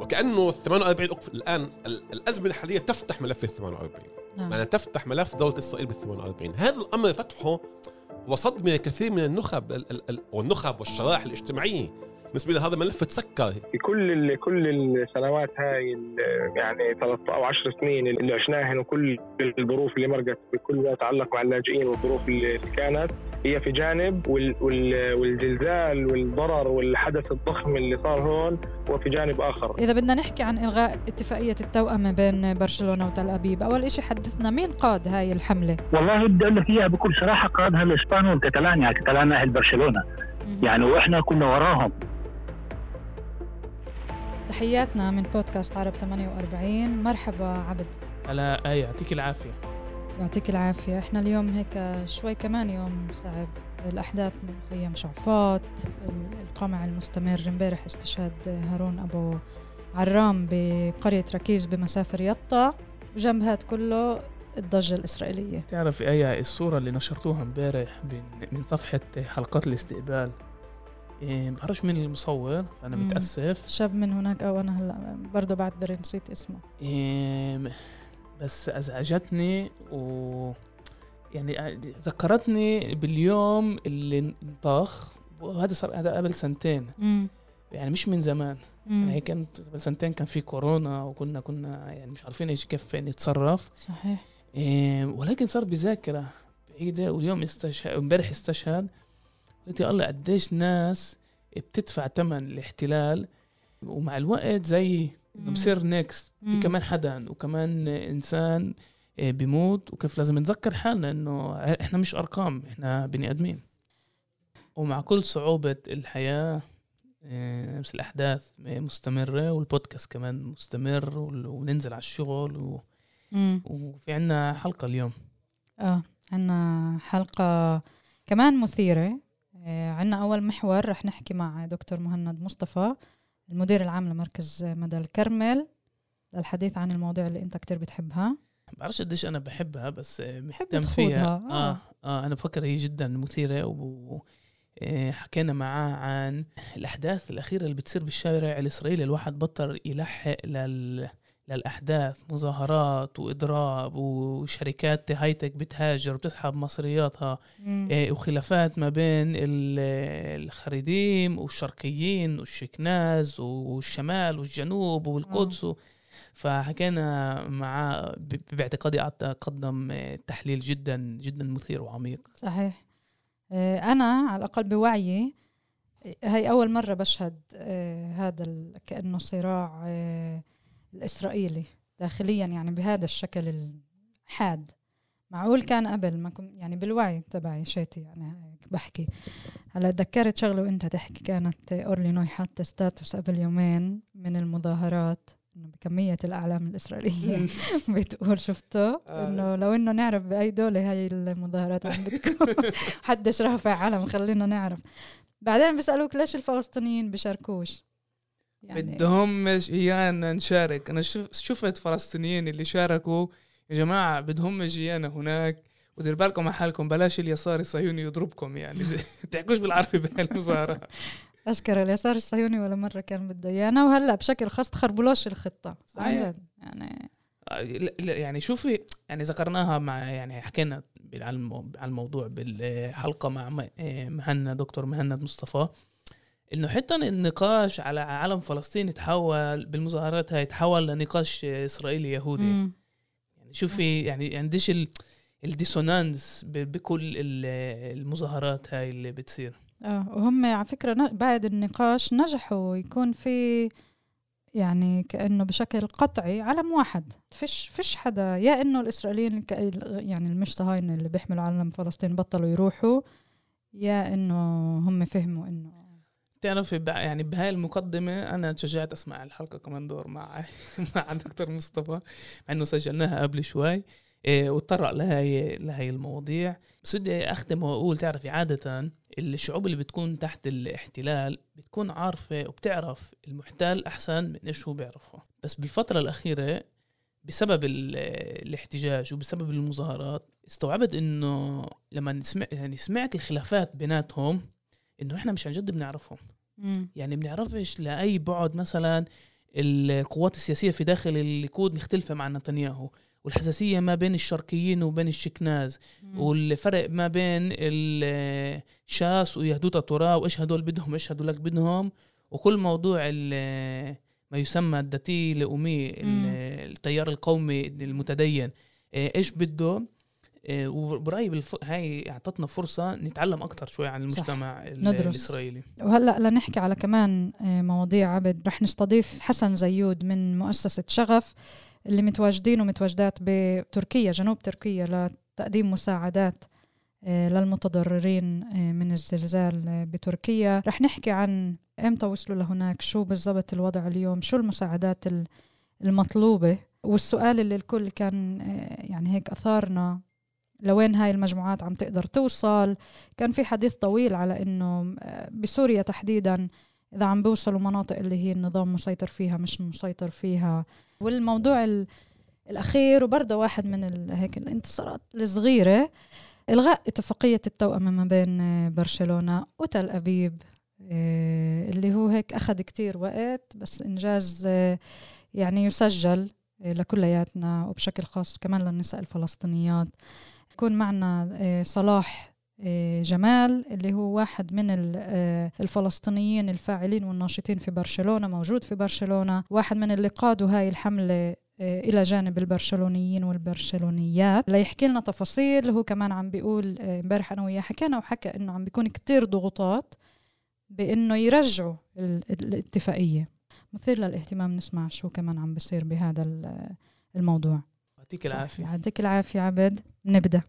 وكأنه 48 أقف الآن الأزمة الحالية تفتح ملف 48 يعني تفتح ملف دولة إسرائيل بال48. هذا الأمر فتحه وصدمة لكثير من النخب والنخب والشرائح الاجتماعية. بالنسبة لهذا ملف تسكر في كل السنوات هاي يعني 13 أو 10 سنين اللي عشناهن، وكل الظروف اللي مرقت بكل ما يتعلق مع اللاجئين والظروف اللي كانت هي في جانب، والزلزال والضرر والحدث الضخم اللي صار هون هو في جانب آخر. إذا بدنا نحكي عن إلغاء اتفاقية التوأمة بين برشلونة وتل أبيب، أول إشي حدثنا مين قاد هاي الحملة؟ والله بدي أقول لك إياها بكل صراحة، قادها الإسبان والكتالانيا، كتالانيا أهل برشلونة يعني، وإحنا كنا وراهم. تحياتنا من بودكاست عرب 48. مرحبا عبد. هلا آية، يعطيك العافية. يعطيك العافية. احنا اليوم هيك شوي كمان يوم صعب، الأحداث من مخيم شعفاط، القمع المستمر. امبارح استشهاد هارون أبو عرام بقرية ركيز بمسافة يطا، وجنب هاد كله الضجة الإسرائيلية. تعرف آية الصورة اللي نشرتوها امبارح من صفحة حلقات الاستقبال، بعرفش مين المصور فأنا متأسف. شاب من هناك أو أنا هلأ برضو بعتبر نسيت اسمه، بس أزعجتني يعني ذكرتني باليوم اللي انطاخ، وهذا صار هذا قبل سنتين. يعني مش من زمان. يعني هي كانت قبل سنتين كان في كورونا، وكنا يعني مش عارفين ايش كيف نتصرف. صحيح. ولكن صار بذاكرة بعيدة، واليوم امبارح استشهد. قلت يا الله قديش ناس بتدفع ثمن الاحتلال، ومع الوقت زي انه بصير نيكست في كمان حدا وكمان انسان بيموت، وكيف لازم نذكر حالنا انه احنا مش ارقام، احنا بني ادمين. ومع كل صعوبة الحياة بس الأحداث مستمرة، والبودكاست كمان مستمر، وننزل على الشغل وفي عنا حلقة اليوم. عنا حلقة كمان مثيرة. عنا أول محور رح نحكي مع دكتور مهند مصطفى، المدير العام لمركز مدى الكرمل، للحديث عن المواضيع اللي أنت كتير بتحبها. بعرفش قديش أنا بحبها، بس مهتم فيها. أنا بفكر هي جدا مثيرة، حكينا معاه عن الأحداث الأخيرة اللي بتصير بالشارع الإسرائيلي. الواحد بطل يلحق للأحداث، مظاهرات وإضراب، وشركات هايتك بتهاجر وبتسحب مصرياتها، وخلافات ما بين الخريديم والشرقيين والشكناز والشمال والجنوب والقدس. فحكينا معاه باعتقادي قدم تحليل جدا جدا مثير وعميق. صحيح. أنا على الأقل بوعي هاي أول مرة بشهد هذا كأنه صراع الإسرائيلي داخليا، يعني بهذا الشكل الحاد. معقول كان قبل ما كنت يعني بالوعي تبعي شيتي، يعني بحكي هلا تذكرت شغله وانت تحكي. كانت أورلي نوي حاطة ستاتوس قبل يومين من المظاهرات إنه بكمية الأعلام الإسرائيلية بتقول شفته إنه لو إنه نعرف بأي دولة هاي المظاهرات عم بتكون حدش رافع علم خلينا نعرف. بعدين بيسألوك ليش الفلسطينيين بيشاركوش؟ يعني بدهم مش إيانا نشارك. أنا شفت فلسطينيين اللي شاركوا يا جماعة، بدهم مش إيانا هناك، ودير بالكم مع حالكم، بلاش اليسار الصهيوني يضربكم، يعني تحكوش بالعربي بهالمظاهرة. أشكر اليسار الصهيوني ولا مرة كان بده إيانا، وهلأ بشكل خاص تخربولوش الخطة. يعني شوفي، يعني ذكرناها مع، يعني حكينا على الموضوع بالحلقة مع دكتور مهند مصطفى، إنه حتى النقاش على علم فلسطين يتحول بالمظاهرات هاي، يتحول لنقاش إسرائيلي يهودي. يعني شوفي، يعني عنديش الديسونانس بكل المظاهرات هاي اللي بتصير. وهم على فكرة بعد النقاش نجحوا يكون في يعني كأنه بشكل قطعي علم واحد. فيش حدا، يا إنه الإسرائيليين يعني المش صهاينة اللي بيحملوا علم فلسطين بطلوا يروحوا، يا إنه هم فهموا إنه. تعرف يعني بهاي المقدمة أنا تشجعت أسمع الحلقة كمان دور مع دكتور مصطفى، مع إنه سجلناها قبل شوي واتطرق لهاي المواضيع. بس بدي أختم وأقول، تعرف عادة الشعوب اللي بتكون تحت الاحتلال بتكون عارفة وبتعرف المحتل أحسن من إيش هو بيعرفه. بس بالفترة الأخيرة بسبب الاحتجاج وبسبب المظاهرات استوعبت إنه لما سمعت الخلافات بيناتهم إنه إحنا مش عن جد بنعرفهم. يعني بنعرفش لأي بعد مثلا القوات السياسية في داخل الليكود مختلفة مع نتنياهو، والحساسية ما بين الشرقيين وبين الشكناز، والفرق ما بين الشاس ويهدوت التراء، وإيش هدول بدهم إيش هدول لك بدهم، وكل موضوع ما يسمى الدتي لأمي التيار القومي المتدين إيش بده. وبرأيي هاي اعطتنا فرصة نتعلم أكتر شوي عن المجتمع الإسرائيلي. وهلأ لنحكي على كمان مواضيع عبد، رح نستضيف حسن زيود من مؤسسة شغف اللي متواجدين ومتواجدات بتركيا جنوب تركيا لتقديم مساعدات للمتضررين من الزلزال بتركيا. رح نحكي عن امتى وصلوا لهناك، شو بالضبط الوضع اليوم، شو المساعدات المطلوبة، والسؤال اللي الكل كان يعني هيك أثارنا لوين هاي المجموعات عم تقدر توصل. كان في حديث طويل على إنه بسوريا تحديداً إذا عم بيوصلوا مناطق اللي هي النظام مسيطر فيها مش مسيطر فيها. والموضوع الأخير وبرضه واحد من هيك الانتصارات الصغيرة، إلغاء اتفاقية التوأمة ما بين برشلونة وتل أبيب، اللي هو هيك أخذ كتير وقت بس إنجاز يعني يسجل لكلياتنا وبشكل خاص كمان للنساء الفلسطينيات. يكون معنا صلاح جمال اللي هو واحد من الفلسطينيين الفاعلين والناشطين في برشلونة، موجود في برشلونة، واحد من اللي قادوا هاي الحملة إلى جانب البرشلونيين والبرشلونيات. ليحكي لنا تفاصيل. هو كمان عم بيقول امبارح أنا وياه حكينا وحكى إنه عم بيكون كتير ضغوطات بإنه يرجعوا الاتفاقية. مثير للاهتمام نسمع شو كمان عم بيصير بهذا الموضوع. يعطيك العافية. يعطيك العافية عبد. نبدأ.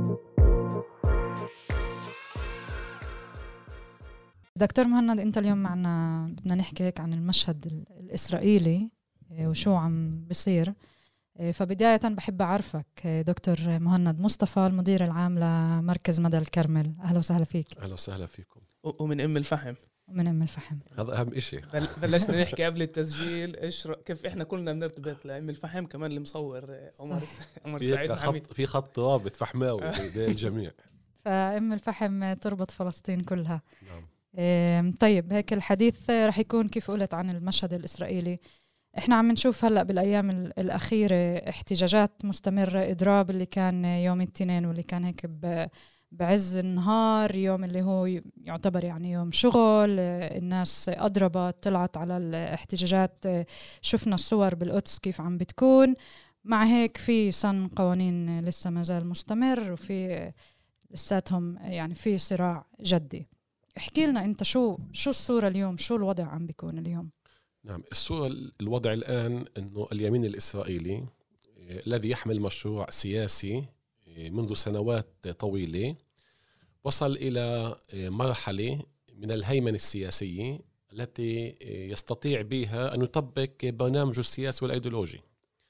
دكتور مهند، انت اليوم معنا بدنا نحكي هيك عن المشهد الإسرائيلي وشو عم بيصير. فبداية بحب أعرفك دكتور مهند مصطفى، المدير العام لمركز مدى الكرمل. أهلا وسهلا فيك. أهلا وسهلا فيكم. ومن أم الفحم. ومن أم الفحم، هذا أهم إشي. بلشنا نحكي قبل التسجيل كيف إحنا كلنا بنرتبط لأم الفحم، كمان اللي مصور عمر سعيد حميد. في خط رابط فحماوي بين الجميع. فأم الفحم تربط فلسطين كلها. نعم. طيب هيك الحديث رح يكون كيف قلت عن المشهد الإسرائيلي. احنا عم نشوف هلأ بالأيام الأخيرة احتجاجات مستمرة، إضراب اللي كان يوم الاثنين واللي كان هيك بعز النهار، يوم اللي هو يعتبر يعني يوم شغل، الناس أضربت طلعت على الاحتجاجات، شفنا الصور بالقدس كيف عم بتكون. مع هيك في صن قوانين لسه ما زال مستمر، وفي لساتهم يعني في صراع جدي. احكي لنا انت شو الصورة اليوم، شو الوضع عم بيكون اليوم؟ نعم، الصورة الوضع الآن أنه اليمين الإسرائيلي الذي يحمل مشروع سياسي منذ سنوات طويلة وصل إلى مرحلة من الهيمنة السياسية التي يستطيع بها أن يطبق برنامجه السياسي والأيديولوجي.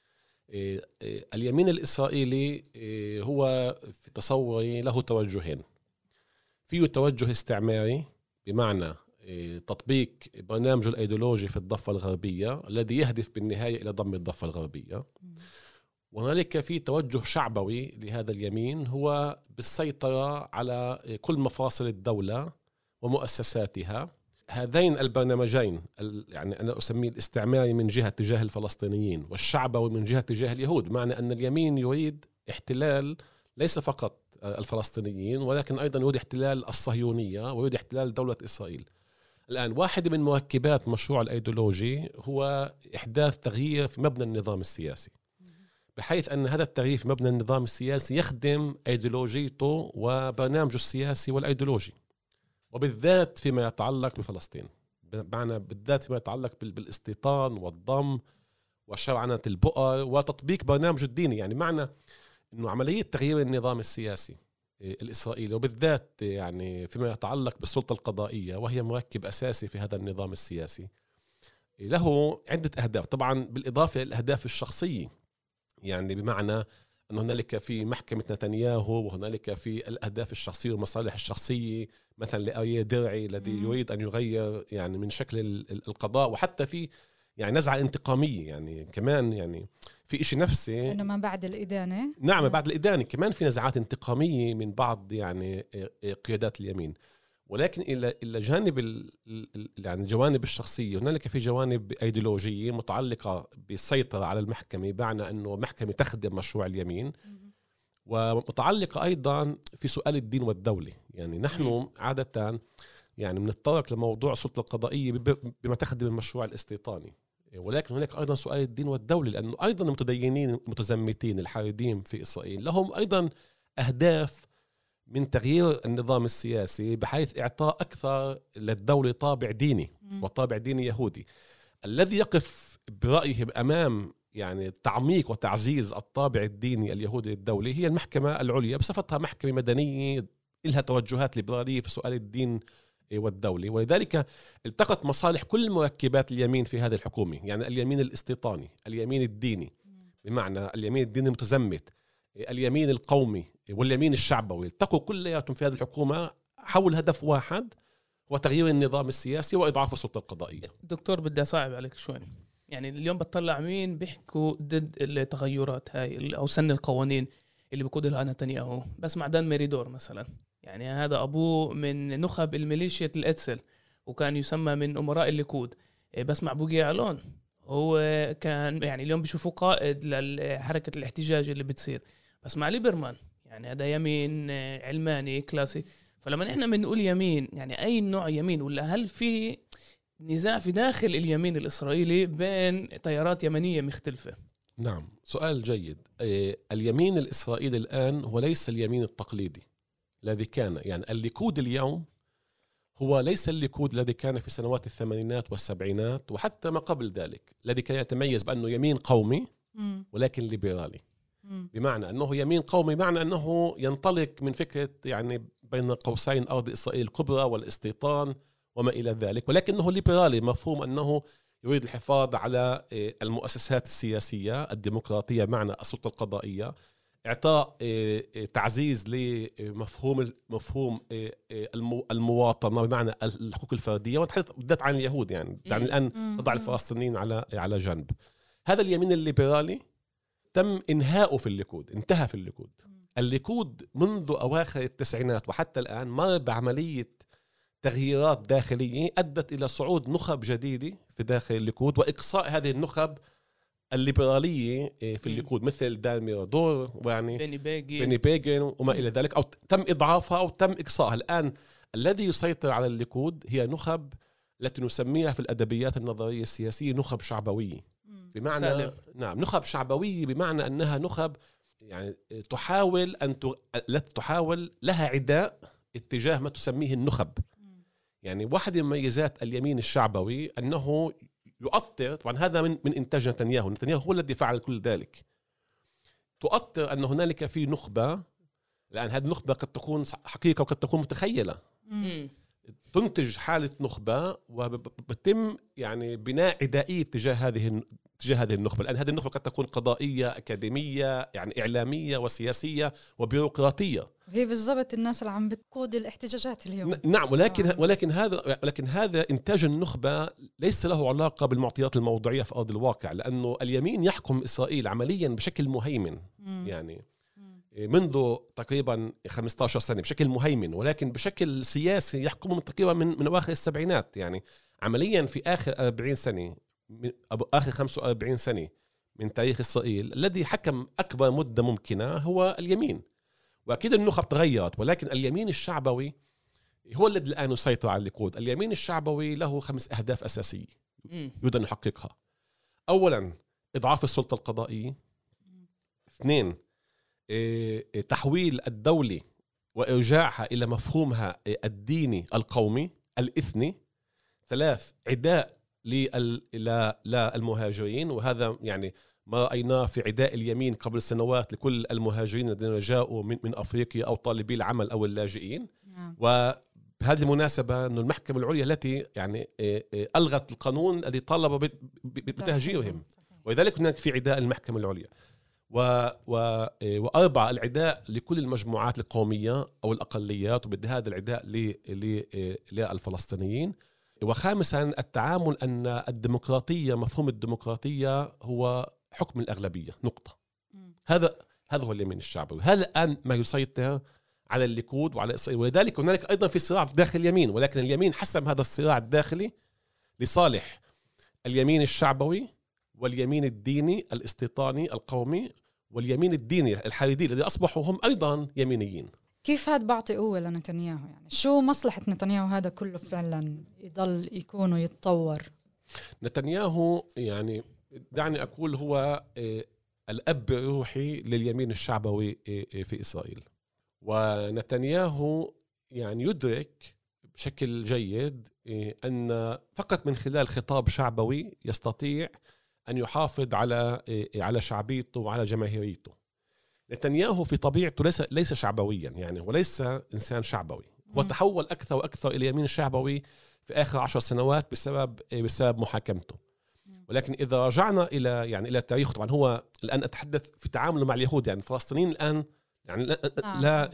اليمين الإسرائيلي هو في تصوري له توجهين. فيه توجه استعماري بمعنى تطبيق برنامجه الأيديولوجي في الضفة الغربية الذي يهدف بالنهاية إلى ضم الضفة الغربية، وهنالك في توجه شعبوي لهذا اليمين هو بالسيطرة على كل مفاصل الدولة ومؤسساتها. هذين البرنامجين يعني أنا أسميه الاستعماري من جهة تجاه الفلسطينيين والشعبوي من جهة تجاه اليهود، معنى أن اليمين يريد احتلال ليس فقط الفلسطينيين ولكن أيضا يريد احتلال الصهيونية ويريد احتلال دولة إسرائيل. الآن واحدة من مركبات مشروع الأيديولوجي هو إحداث تغيير في مبنى النظام السياسي، بحيث أن هذا التغيير في مبنى النظام السياسي يخدم أيديولوجيته وبرنامجه السياسي والأيديولوجي، وبالذات فيما يتعلق بفلسطين، بمعنى بالذات فيما يتعلق بالاستيطان والضم وشرعنة البؤر وتطبيق برنامج الديني. يعني معنى أنه عملية تغيير النظام السياسي الإسرائيلي وبالذات يعني فيما يتعلق بالسلطة القضائية وهي مركب أساسي في هذا النظام السياسي له عدة أهداف، طبعا بالإضافة للأهداف الشخصية، يعني بمعنى أن هنالك في محكمة نتنياهو وهنالك في الأهداف الشخصية والمصالح الشخصية، مثلا لأريا درعي الذي يريد أن يغير يعني من شكل القضاء، وحتى في يعني نزعة انتقامية يعني كمان يعني في إشي نفسي إنه ما بعد الإدانة. نعم بعد الإدانة كمان في نزعات انتقامية من بعض يعني قيادات اليمين. ولكن إلى جانب يعني الجوانب الشخصية، هنالك في جوانب أيديولوجية متعلقة بالسيطرة على المحكمة، بمعنى أنه المحكمة تخدم مشروع اليمين، ومتعلقة أيضا في سؤال الدين والدولة. يعني نحن عادة يعني بنتطرق لموضوع السلطة القضائية بما تخدم المشروع الاستيطاني، ولكن هناك أيضا سؤال الدين والدولة، لأنه أيضا المتدينين المتزمتين الحاردين في إسرائيل لهم أيضا أهداف من تغيير النظام السياسي بحيث إعطاء أكثر للدولة طابع ديني وطابع ديني يهودي. الذي يقف برأيهم أمام يعني تعميق وتعزيز الطابع الديني اليهودي للدولة هي المحكمة العليا بصفتها محكمة مدنية لها توجهات ليبرالية في سؤال الدين والدولة، ولذلك التقت مصالح كل مركبات اليمين في هذه الحكومة، يعني اليمين الاستيطاني، اليمين الديني بمعنى اليمين الديني المتزمت، اليمين القومي واليمين الشعبوي، التقوا كلياتهم في هذه الحكومة حول هدف واحد وتغيير النظام السياسي وإضعاف السلطة القضائية. دكتور بدي أصعب عليك شوي، يعني اليوم بتطلع مين بيحكوا ضد التغيرات هاي أو سن القوانين اللي بيقودها نتنياهو؟ بسمع دان ميريدور مثلا، يعني هذا أبوه من نخب الميليشيا الأتسل وكان يسمى من أمراء الليكود. بسمع بوجي علون هو كان يعني اليوم بيشوفوا قائد لحركة الاحتجاج اللي بتصير. بسمع ليبرمان يعني هذا يمين علماني كلاسي. فلما نحن بنقول يمين يعني أي نوع يمين، ولا هل في نزاع في داخل اليمين الإسرائيلي بين تيارات يمنية مختلفة؟ نعم، سؤال جيد. اليمين الإسرائيلي الآن هو ليس اليمين التقليدي الذي كان، يعني الليكود اليوم هو ليس الليكود الذي كان في سنوات الثمانينات والسبعينات وحتى ما قبل ذلك، الذي كان يتميز بأنه يمين قومي ولكن ليبرالي. بمعنى أنه يمين قومي معنى أنه ينطلق من فكرة يعني بين قوسين أرض إسرائيل الكبرى والاستيطان وما إلى ذلك، ولكنه ليبرالي مفهوم أنه يريد الحفاظ على المؤسسات السياسية الديمقراطية معنى السلطة القضائية، إعطاء تعزيز لمفهوم المواطنة بمعنى الحقوق الفردية، وتحدث بدأت عن اليهود يعني الآن تضع الفلسطينيين على جنب. هذا اليمين الليبرالي تم إنهاؤه في الليكود، انتهى في الليكود. الليكود منذ أواخر التسعينات وحتى الآن مر بعملية تغييرات داخلية أدت إلى صعود نخب جديدة في داخل الليكود وإقصاء هذه النخب الليبرالية في الليكود مثل دان ميرادور ويعني بيني بيجن وما إلى ذلك، أو تم إضعافها أو تم إقصائها. الآن الذي يسيطر على الليكود هي نخب التي نسميها في الأدبيات النظرية السياسية نخب شعبوية، بمعنى سالم. نعم، نخب شعبوية بمعنى أنها نخب يعني تحاول تحاول لها عداء اتجاه ما تسميه النخب. يعني واحدة من ميزات اليمين الشعبوي أنه يؤطر، طبعا هذا من إنتاج نتنياهو هو الذي فعل كل ذلك، تؤطر أن هنالك في نخبة، لأن هذه النخبة قد تكون حقيقة وقد تكون متخيلة، تنتج حالة نخبة وبتم يعني بناء عدائية تجاه هذه النخبة، لأن هذه النخبة قد تكون قضائية يعني إعلامية وسياسية وبيروقراطية. هي بالضبط الناس اللي عم بتقود الاحتجاجات اليوم. نعم، ولكن هذا إنتاج النخبة ليس له علاقة بالمعطيات الموضوعية في أرض الواقع، لأنه اليمين يحكم إسرائيل عمليا بشكل مهيمن يعني منذ تقريبا 15 سنة بشكل مهيمن، ولكن بشكل سياسي يحكمهم تقريبا من أواخر السبعينات. يعني عمليا في آخر 40 سنة آخر 45 سنة من تاريخ إسرائيل الذي حكم أكبر مدة ممكنة هو اليمين، وأكيد النخب تغيرت، ولكن اليمين الشعبوي هو الذي الآن يسيطر على الليكود. اليمين الشعبوي له 5 أهداف أساسية يريد أن يحققها. أولا إضعاف السلطة القضائية، 2 تحويل الدولة وإرجاعها إلى مفهومها الديني القومي الإثني، 3 عداء للمهاجرين، وهذا يعني ما رأيناه في عداء اليمين قبل سنوات لكل المهاجرين الذين جاءوا من أفريقيا أو طالبي العمل أو اللاجئين. وبهذه المناسبة أن المحكمة العليا التي يعني ألغت القانون الذي طالب بتهجيرهم، ولذلك هناك في عداء المحكمة العليا. وأربعة العداء لكل المجموعات القومية أو الأقليات، وبدأ هذا العداء للفلسطينيين. وخامسا التعامل أن الديمقراطية، مفهوم الديمقراطية هو حكم الأغلبية نقطة. هذا هو اليمين الشعبي، هذا الآن ما يسيطر على الليكود وعلى إسرائيل. ولذلك هناك أيضا في صراع في داخل اليمين، ولكن اليمين حسم هذا الصراع الداخلي لصالح اليمين الشعبوي واليمين الديني الاستيطاني القومي واليمين الديني الحريدي الذي أصبحوا هم أيضا يمينيين. كيف هاد بعطي قوة لنتنياهو؟ يعني شو مصلحة نتنياهو هذا كله فعلا يضل يكون ويتطور؟ نتنياهو يعني دعني أقول هو الأب الروحي لليمين الشعبوي في إسرائيل. ونتنياهو يعني يدرك بشكل جيد أن فقط من خلال خطاب شعبوي يستطيع أن يحافظ على شعبيته وعلى جماهيريته. نتنياهو في طبيعته ليس شعبويا، يعني وليس إنسان شعبوي، هو تحول أكثر وأكثر إلى يمين الشعبوي في آخر 10 سنوات بسبب محاكمته. ولكن إذا رجعنا إلى تاريخه، طبعا هو الآن أتحدث في تعامله مع اليهود، يعني الفلسطينيين الآن يعني لا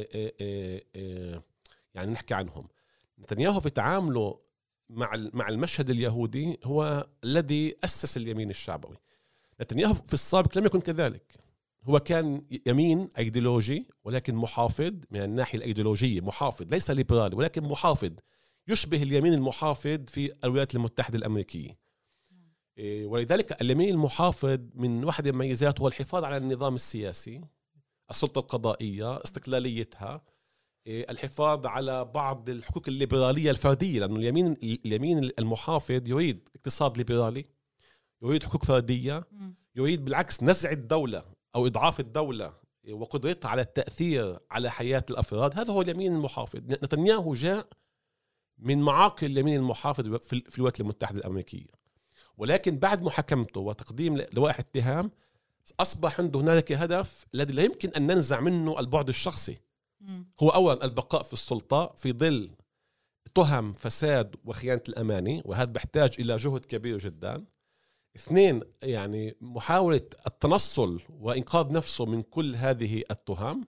يعني نحكي عنهم. نتنياهو في تعامله مع المشهد اليهودي هو الذي أسس اليمين الشعبوي. نتنياهو في السابق لم يكن كذلك، هو كان يمين أيديولوجي ولكن محافظ من الناحية الأيديولوجية، محافظ ليس ليبرالي ولكن محافظ، يشبه اليمين المحافظ في الولايات المتحدة الأمريكية. ولذلك اليمين المحافظ من واحدة من ميزاته هو الحفاظ على النظام السياسي، السلطة القضائية، استقلاليتها، الحفاظ على بعض الحقوق الليبرالية الفردية، لأنه اليمين المحافظ يريد اقتصاد ليبرالي، يريد حقوق فردية، يريد بالعكس نزع الدولة أو إضعاف الدولة وقدرتها على التأثير على حياة الأفراد. هذا هو اليمين المحافظ. نتنياهو جاء من معاقل اليمين المحافظ في الولايات المتحدة الأمريكية، ولكن بعد محاكمته وتقديم لوائح اتهام أصبح عنده هنالك هدف الذي لا يمكن أن ننزع منه البعد الشخصي. هو أولا البقاء في السلطة في ظل تهم فساد وخيانة الأماني، وهذا بيحتاج إلى جهد كبير جدا. 2 يعني محاولة التنصل وإنقاذ نفسه من كل هذه التهم.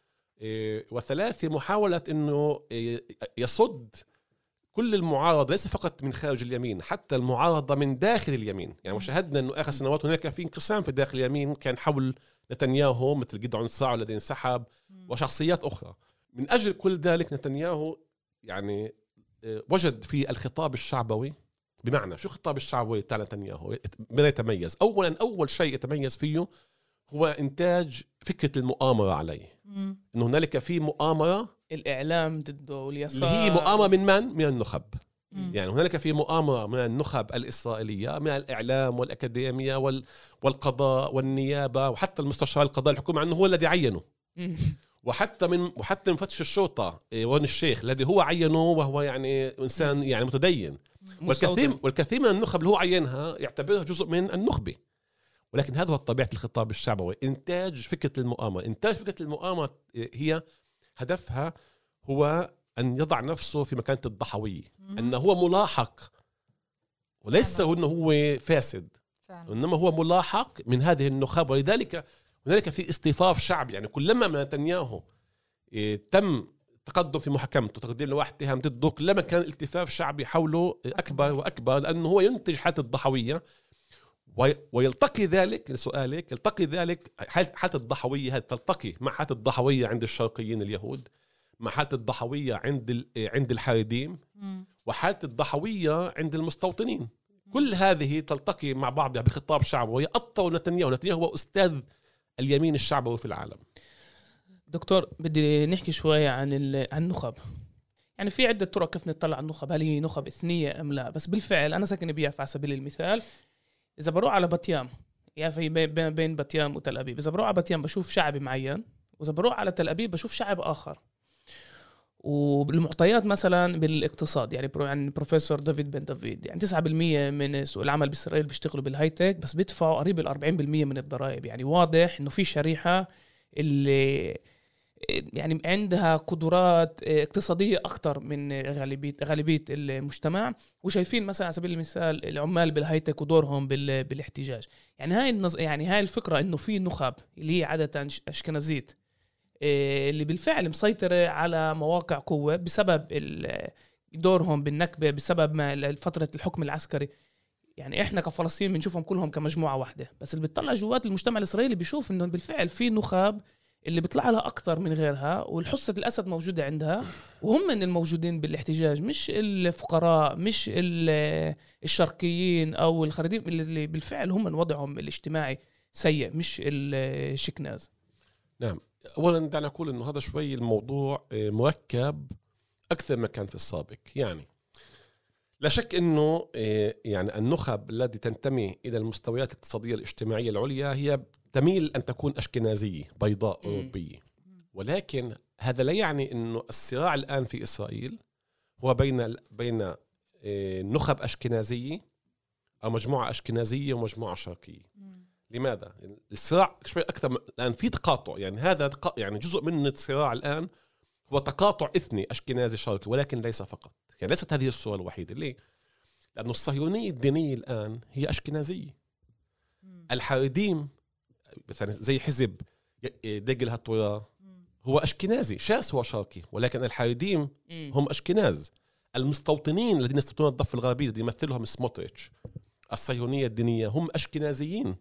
3 محاولة أنه يصد كل المعارضة، ليس فقط من خارج اليمين، حتى المعارضة من داخل اليمين. يعني مشاهدنا أنه آخر سنوات هناك في انقسام في داخل اليمين كان حول نتنياهو، مثل جدعون ساعة الذي انسحب وشخصيات أخرى. من أجل كل ذلك نتنياهو يعني وجد في الخطاب الشعبوي، بمعنى شو الخطاب الشعبوي تاع نتنياهو بدأ يتميز. أول شيء يتميز فيه هو إنتاج فكرة المؤامرة عليه، إنه هنالك في مؤامرة، الإعلام ضده واليسار، اللي هي مؤامرة من النخب. يعني هنالك في مؤامرة من النخب الإسرائيلية، من الإعلام والأكاديمية والقضاء والنيابة وحتى المستشار القضاء الحكومي، عنه هو الذي عينه، وحتى من مفتش الشرطة وين الشيخ الذي هو عينه، وهو يعني إنسان يعني متدين. والكثير من النخب اللي هو عينها يعتبرها جزء من النخبة. ولكن هذا هو طبيعة الخطاب الشعبوي، إنتاج فكرة المؤامرة. إنتاج فكرة المؤامرة هي هدفها هو أن يضع نفسه في مكانة الضحوية، أنه هو ملاحق وليس أنه هو فاسد، إنما هو ملاحق من هذه النخب. ولذلك هنالك في اصطفاف شعبي. يعني كلما نتنياهو تم تقدم في محاكمته تقديم لواحد اتهام ضده، كلما كان الالتفاف شعبي حوله أكبر وأكبر، لأنه هو ينتج حالة الضحوية. ويلتقي ذلك لسؤالك، يلتقي ذلك حالة الضحوية هذه تلتقي مع حالة الضحوية عند الشرقيين اليهود، مع حالة الضحوية عند الحارديم، وحالة الضحوية عند المستوطنين. كل هذه تلتقي مع بعضها بخطاب شعبوي أطول نتنياهو هو أستاذ اليمين الشعبوي في العالم. دكتور، بدي نحكي شوية عن النخب. يعني في عدة طرق كيف نطلع على النخب، هل هي نخب إثنية أم لا؟ بس بالفعل أنا ساكن بيافا على سبيل المثال، إذا بروح على بطيام، يعني في بين بطيام وتل أبيب، إذا بروح على بطيام بشوف شعب معين، وإذا بروح على تل أبيب بشوف شعب آخر. وبالمعطيات مثلا بالاقتصاد، يعني بروفيسور دافيد بن دافيد، يعني 9% من سوق العمل بإسرائيل بيشتغلوا بالهايتك، بس بيدفعوا قريب 40% من الضرائب. يعني واضح إنه في شريحة اللي يعني عندها قدرات اقتصادية أكتر من غالبية المجتمع، وشايفين مثلا على سبيل المثال العمال بالهايتك ودورهم بالاحتجاج. يعني هاي الفكرة إنه في نخب اللي هي عادة أشكنازيت اللي بالفعل مسيطرة على مواقع قوة بسبب دورهم بالنكبة، بسبب ما فترة الحكم العسكري. يعني إحنا كفلسطين بنشوفهم كلهم كمجموعة واحدة، بس اللي بيطلع جوات المجتمع الإسرائيلي بيشوف إنه بالفعل في نخب اللي بيطلع لها أكتر من غيرها، والحصة الأسد موجودة عندها، وهم من الموجودين بالاحتجاج، مش الفقراء، مش الشرقيين أو الخريدين اللي بالفعل هم وضعهم الاجتماعي سيء، مش الشكناز. نعم، أولا دعنا نقول أنه هذا شوي الموضوع مركب أكثر ما كان في السابق. يعني لا شك أنه يعني النخب التي تنتمي إلى المستويات الاقتصادية الاجتماعية العليا هي تميل أن تكون أشكنازية بيضاء أوروبية، ولكن هذا لا يعني أنه الصراع الآن في إسرائيل هو بين نخب أشكنازية أو مجموعة أشكنازية ومجموعة شرقية. لماذا؟ الصراع شوي أكثر الآن في تقاطع، يعني هذا يعني جزء من الصراع الآن هو تقاطع إثني أشكنازي شرقي، ولكن ليس فقط. يعني ليست هذه الصورة الوحيدة. ليه؟ لأنه الصهيونية الدينية الآن هي أشكنازية. الحريديم مثلا زي حزب دجل هالتوراه هو أشكنازي، شاس هو شرقي، ولكن الحريديم هم أشكناز. المستوطنين الذين يستوطنون الضفة الغربية الذي يمثلهم سموتريتش الصهيونية الدينية هم أشكنازيين.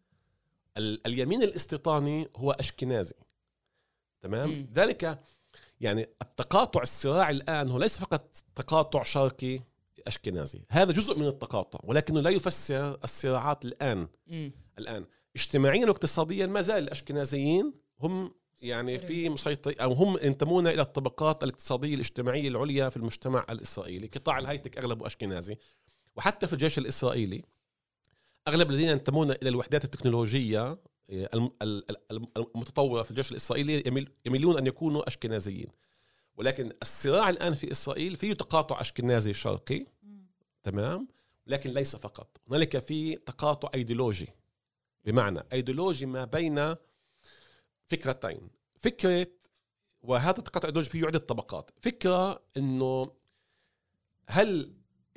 اليمين الاستيطاني هو أشكنازي. تمام؟ ذلك يعني التقاطع الصراع الآن هو ليس فقط تقاطع شرقي أشكنازي، هذا جزء من التقاطع، ولكنه لا يفسر الصراعات الآن. الآن اجتماعيا واقتصاديا ما زال الأشكنازيين هم يعني في مسيطر، أو هم ينتمون إلى الطبقات الاقتصادية الاجتماعية العليا في المجتمع الإسرائيلي. قطاع الهايتك أغلبه أشكنازي، وحتى في الجيش الإسرائيلي أغلب الذين ينتمون إلى الوحدات التكنولوجية المتطورة في الجيش الإسرائيلي يميلون أن يكونوا أشكنازيين. ولكن الصراع الآن في إسرائيل فيه تقاطع أشكنازي شرقي، تمام، لكن ليس فقط. هنالك في تقاطع أيديولوجي، بمعنى أيديولوجي ما بين فكرتين. فكرة، وهذا التقاطع الأيديولوجي فيه عدة طبقات. فكرة إنه هل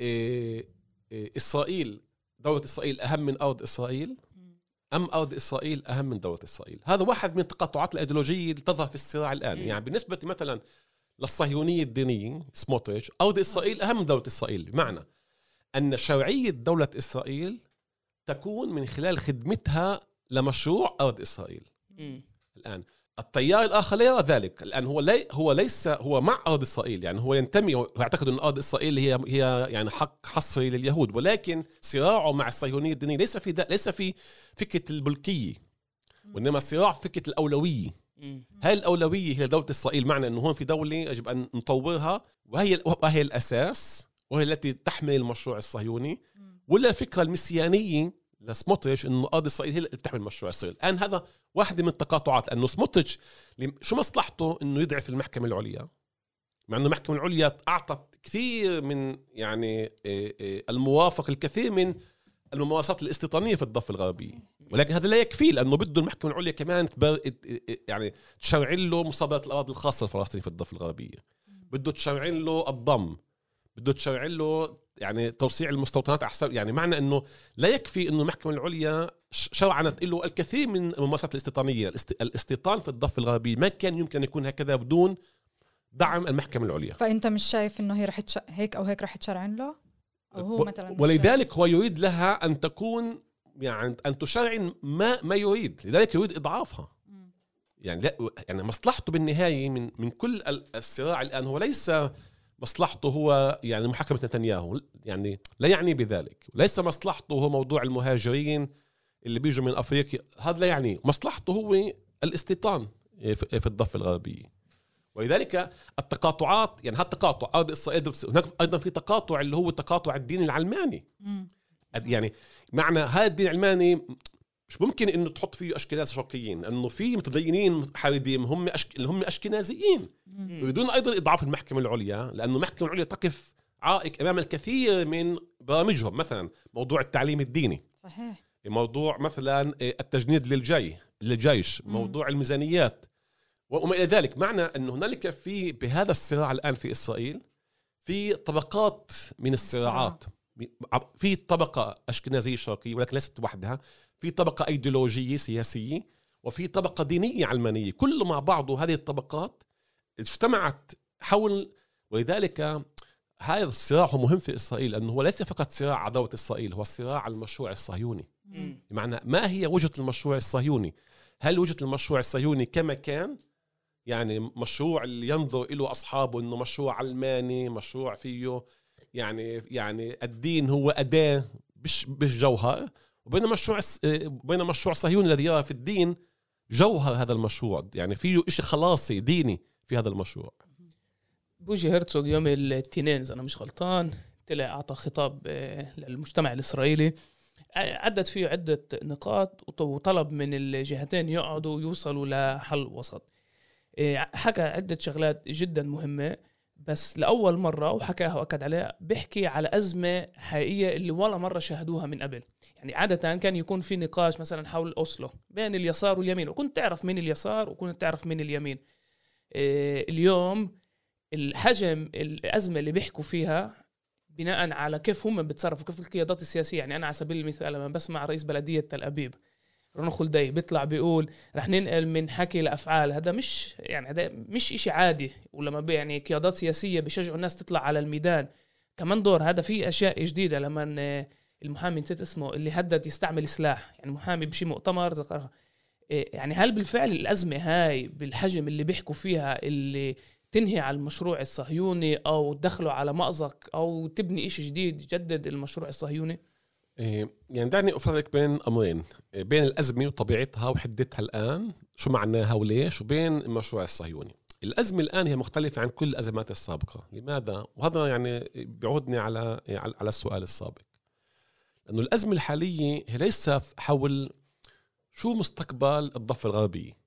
إسرائيل، دولة إسرائيل أهم من أرض إسرائيل، أم أرض إسرائيل أهم من دولة إسرائيل؟ هذا واحد من التقاطعات الأيديولوجية اللي تظهر في الصراع الآن. يعني بالنسبة مثلا للصهيونية الدينية سموتريتش، أرض إسرائيل أهم من دولة إسرائيل، بمعنى أن شرعية دولة إسرائيل تكون من خلال خدمتها لمشروع أرض إسرائيل. الآن التيار الآخر لا يرى ذلك. الآن هو ليس هو مع أرض إسرائيل، يعني هو ينتمي ويعتقد أن أرض إسرائيل هي يعني حق حصري لليهود، ولكن صراعه مع الصهيونية الدينية ليس في فكرة الملكية، وإنما صراع فكرة الأولوية. هاي الأولوية هي دولة إسرائيل، معنى أنه هون في دولة يجب أن نطورها، وهي الأساس، وهي التي تحمل المشروع الصهيوني. ولا الفكرة المسيانية لسموتريتش انه ارض اسرائيل هي اللي بتحمل مشروع اسرائيل. الان هذا واحده من التقاطعات، لانه سموتريتش شو مصلحته انه يضعف المحكمه العليا، مع انه المحكمه العليا اعطت كثير من يعني الموافق الكثير من الممارسات الاستيطانيه في الضفه الغربيه، ولكن هذا لا يكفي، لانه بده المحكمه العليا كمان يعني تشرع له مصادره الاراضي الخاصه الفلسطينيه في الضفه الغربيه، بده تشرع له الضم، بده تشرع له يعني توسيع المستوطنات أحسن. يعني معنى أنه لا يكفي أنه المحكمة العليا شرعنت له الكثير من الممارسات الاستيطانية. الاستيطان في الضفة الغربية ما كان يمكن يكون هكذا بدون دعم المحكمة العليا. فأنت مش شايف أنه هي رح هيك أو هيك رح تشرعن له، أو هو مثلا ولذلك هو يريد لها أن تكون يعني أن تشرعن ما يريد، لذلك يريد إضعافها. يعني لا، يعني مصلحته بالنهاية من كل الصراع الآن هو ليس مصلحته هو يعني محاكمة نتنياهو، يعني لا يعني بذلك. ليس مصلحته هو موضوع المهاجرين اللي بيجوا من أفريقيا، هذا لا يعني. مصلحته هو الاستيطان في الضفة الغربية. ولذلك التقاطعات، يعني هذا التقاطع أرض إسرائيل، هناك أيضا في تقاطع اللي هو التقاطع الدين العلماني. يعني معنى هذا الدين العلماني مش ممكن إنه تحط فيه أشكناز شرقيين، إنه في متدينين حريديم هم أشكنازيين يريدون أيضا إضعاف المحكمة العليا، لأنه المحكمة العليا تقف عائق أمام الكثير من برامجهم، مثلا موضوع التعليم الديني، صحيح، موضوع مثلا التجنيد للجيش، موضوع الميزانيات وما إلى ذلك. معنى أنه هنالك بهذا الصراع الآن في إسرائيل في طبقات من الصراعات. في طبقة أشكنازية شرقية ولكن ليست وحدها، في طبقة أيديولوجية سياسية، وفي طبقة دينية علمانية، كل مع بعضه هذه الطبقات اجتمعت حول. ولذلك هذا الصراع هو مهم في إسرائيل، لأنه هو ليس فقط صراع عداوة إسرائيل، هو صراع على المشروع الصهيوني. بمعنى ما هي وجهة المشروع الصهيوني؟ هل وجهة المشروع الصهيوني كما كان يعني مشروع اللي ينظر إله أصحابه إنه مشروع علماني، مشروع فيه يعني الدين هو أداة مش جوهر، وبين مشروع صهيوني الذي يرى في الدين جوهر هذا المشروع، يعني فيه إشي خلاصي ديني في هذا المشروع. بوجي هرتزوغ يوم الاثنين إذا أنا مش غلطان طلع أعطى خطاب للمجتمع الإسرائيلي عدت فيه عدة نقاط وطلب من الجهتين يقعدوا يوصلوا لحل وسط. حكى عدة شغلات جدا مهمة، بس لأول مرة وحكاها وأكد عليها بيحكي على أزمة حقيقية اللي ولا مرة شاهدوها من قبل. يعني عادة كان يكون في نقاش مثلا حول أوسلو بين اليسار واليمين، وكنت تعرف مين اليسار وكنت تعرف مين اليمين. اليوم الحجم الأزمة اللي بيحكوا فيها بناء على كيف هم بتصرفوا، كيف القيادات السياسية. يعني أنا على سبيل المثال لما بسمع رئيس بلدية تل أبيب رونو خلدي بيطلع بيقول رح ننقل من حكي لأفعال، هذا مش يعني هذا مش إشي عادي. ولما يعني قيادات سياسية بيشجعوا الناس تطلع على الميدان كمان دور، هذا في أشياء جديدة. لما المحامي نسيت اسمه اللي هدد يستعمل سلاح، يعني محامي بشي مؤتمر ذكرها. يعني هل بالفعل الأزمة هاي بالحجم اللي بيحكوا فيها اللي تنهي على المشروع الصهيوني أو تدخله على مأزق أو تبني إشي جديد يجدد المشروع الصهيوني؟ يعني دعني أفرق بين أمرين، بين الأزمة وطبيعتها وحدتها الآن شو معناها وليش، وبين المشروع الصهيوني. الأزمة الآن هي مختلفة عن كل الأزمات السابقة. لماذا؟ وهذا يعني بيعودني على السؤال السابق، لأنه الأزمة الحالية هي ليس حول شو مستقبل الضفة الغربية.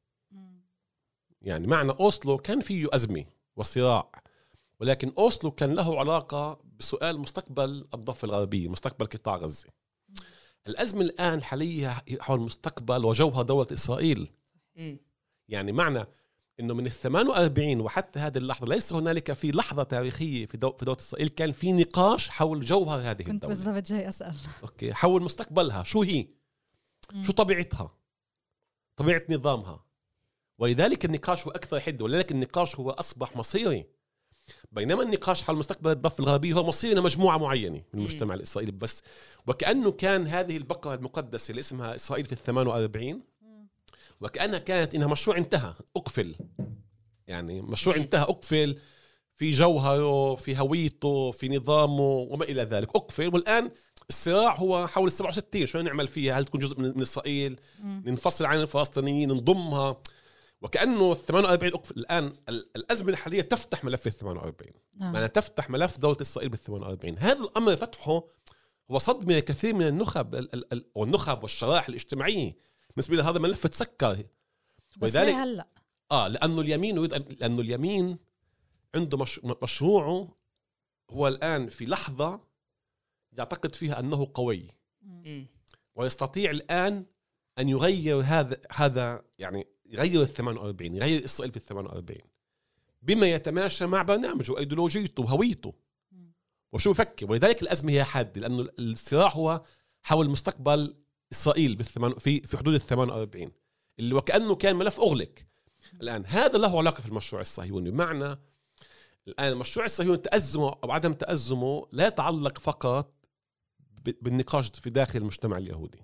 يعني معنى أوسلو كان فيه أزمة وصراع، ولكن أوسلو كان له علاقة بسؤال مستقبل الضفة الغربية، مستقبل قطاع غزة. الأزمة الآن الحالية حول مستقبل وجوهر دولة إسرائيل. يعني معنى إنه من 48 وحتى هذه اللحظة ليس هنالك في لحظة تاريخية في دولة إسرائيل كان في نقاش حول جوهر هذه الدولة. كنت بالضبط جاي أسأل. أوكي، حول مستقبلها، شو هي، شو طبيعتها، طبيعة نظامها. ولذلك النقاش هو أكثر حدة، ولذلك النقاش هو أصبح مصيري. بينما النقاش حول مستقبل الضفة الغربية هو مصيري لمجموعة معينة من المجتمع الإسرائيلي بس، وكأنه كان هذه البقرة المقدسة اللي اسمها إسرائيل في 48 وكأنها كانت إنها مشروع انتهى أقفل. يعني مشروع انتهى أقفل في جوهره، في هويته، في نظامه وما إلى ذلك، أقفل. والآن الصراع هو حول 67 شو نعمل فيها، هل تكون جزء من إسرائيل، ننفصل عن الفلسطينيين، نضمها. وكأنه 48 أقفل. الآن الأزمة الحالية تفتح ملف 48 يعني تفتح ملف دولة إسرائيل بال 48. هذا الأمر فتحه هو صدمة لكثير من النخب والشرائح الاجتماعية. بالنسبة لهذا الملف تسكر. بس ليه هلأ؟ لأنه اليمين لأنه اليمين عنده مشروعه هو الآن في لحظة يعتقد فيها أنه قوي ويستطيع الآن أن يغير هذا يعني يغير 48، يغير إسرائيل في 48 بما يتماشى مع برنامجه وأيديولوجيته وهويته وشو يفكر. ولذلك الأزمة هي حادة، لأنه الصراع هو حول مستقبل إسرائيل في حدود 48 اللي وكأنه كان ملف أغلق. الآن هذا له علاقة في المشروع الصهيوني. بمعنى الآن المشروع الصهيوني تأزمه أو عدم تأزمه لا يتعلق فقط بالنقاش في داخل المجتمع اليهودي،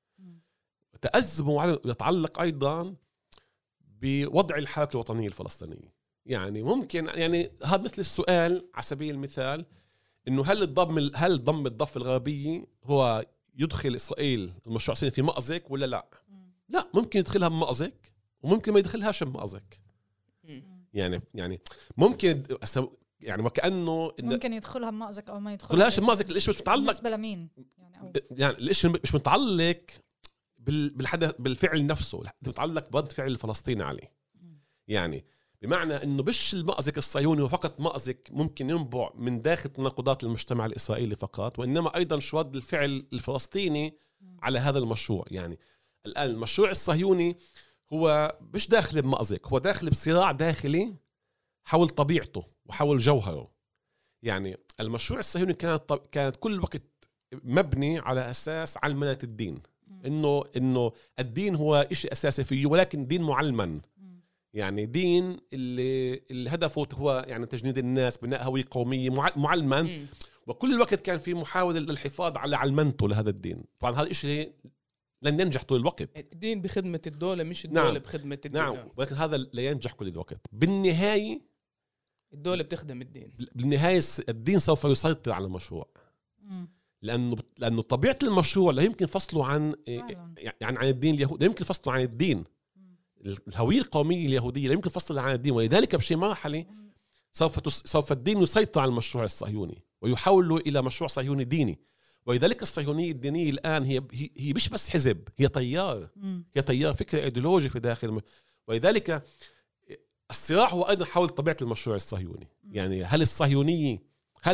تأزمه يتعلق أيضا بوضع الحركة الوطنية الفلسطينية. يعني ممكن يعني هذا مثل السؤال على سبيل المثال إنه هل ضم الضفة الغربية هو يدخل إسرائيل المشروع الصهيوني في مأزق ولا لا؟ لا، ممكن يدخلها بمأزق وممكن ما يدخلهاش بمأزق. يعني ممكن يعني وكأنه ممكن يدخلها بمأزق أو ما يدخلهاش بمأزق. الإشي مش متعلق بالنسبة لمين يعني الإشي مش متعلق بالحدث بالفعل نفسه، متعلق برد فعل الفلسطيني عليه. يعني بمعنى إنه بش المأزق الصهيوني وفقط مأزق ممكن ينبع من داخل تناقضات المجتمع الإسرائيلي فقط، وإنما أيضا شو رد الفعل الفلسطيني على هذا المشروع. يعني الآن المشروع الصهيوني هو مش داخل بمأزق، هو داخل بصراع داخلي حول طبيعته وحول جوهره. يعني المشروع الصهيوني كانت كل وقت مبني على أساس علمنة الدين، إنه الدين هو إشي أساسي فيه، ولكن دين معلمن. يعني دين اللي هدفه هو يعني تجنيد الناس، بناء هوية قومية معلمن. وكل الوقت كان في محاولة للحفاظ على علمنته لهذا الدين. طبعا هذا إشي لن ينجح طول الوقت. الدين بخدمة الدولة مش الدولة بخدمة الدين. نعم، ولكن هذا لا ينجح كل الوقت. بالنهاية الدولة بتخدم الدين. بالنهاية الدين سوف يسيطر على المشروع، لأنه طبيعة المشروع لا يمكن فصله عن عن الدين اليهودي، لا يمكن فصله عن الدين. الهوية القومية اليهودية لا يمكن فصلها عن الدين، ولذلك بشيء مرحلة سوف الدين يسيطر على المشروع الصهيوني ويحوله إلى مشروع صهيوني ديني. ولذلك الصهيونية الدينية الآن هي مش بس حزب، هي تيار، هي تيار فكرة إيديولوجي في داخل. ولذلك الصراع هو أيضا حول طبيعة المشروع الصهيوني. يعني هل الصهيونية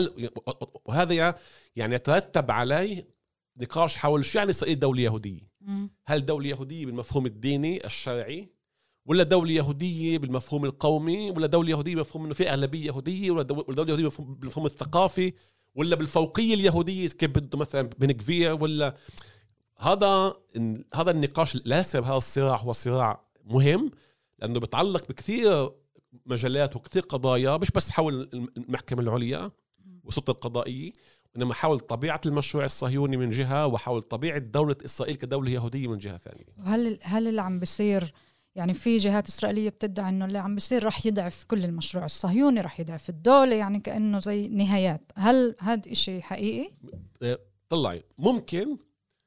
وهذا يعني يترتب عليه نقاش حول شو يعني إسرائيل دولة يهودية. هل دولة يهودية بالمفهوم الديني الشرعي، ولا دولة يهودية بالمفهوم القومي، ولا دولة يهودية بمفهوم إنه في أغلبية يهودية، ولا دولة يهودية بالمفهوم الثقافي، ولا بالفوقية اليهودية كيف بده مثلا بن كفير. ولا هذا النقاش الأساسي بهذا الصراع هو صراع مهم، لأنه بيتعلق بكثير مجالات وكثير قضايا، مش بس حول المحكمة العليا والسلطة القضائية، إنما حول طبيعة المشروع الصهيوني من جهة، وحول طبيعة دولة إسرائيل كدولة يهودية من جهة ثانية. هل اللي عم بيصير، يعني في جهات إسرائيلية بتدعي إنه اللي عم بيصير رح يضعف كل المشروع الصهيوني، رح يضعف الدولة، يعني كأنه زي نهايات. هل هذا إشي حقيقي؟ طلعي ممكن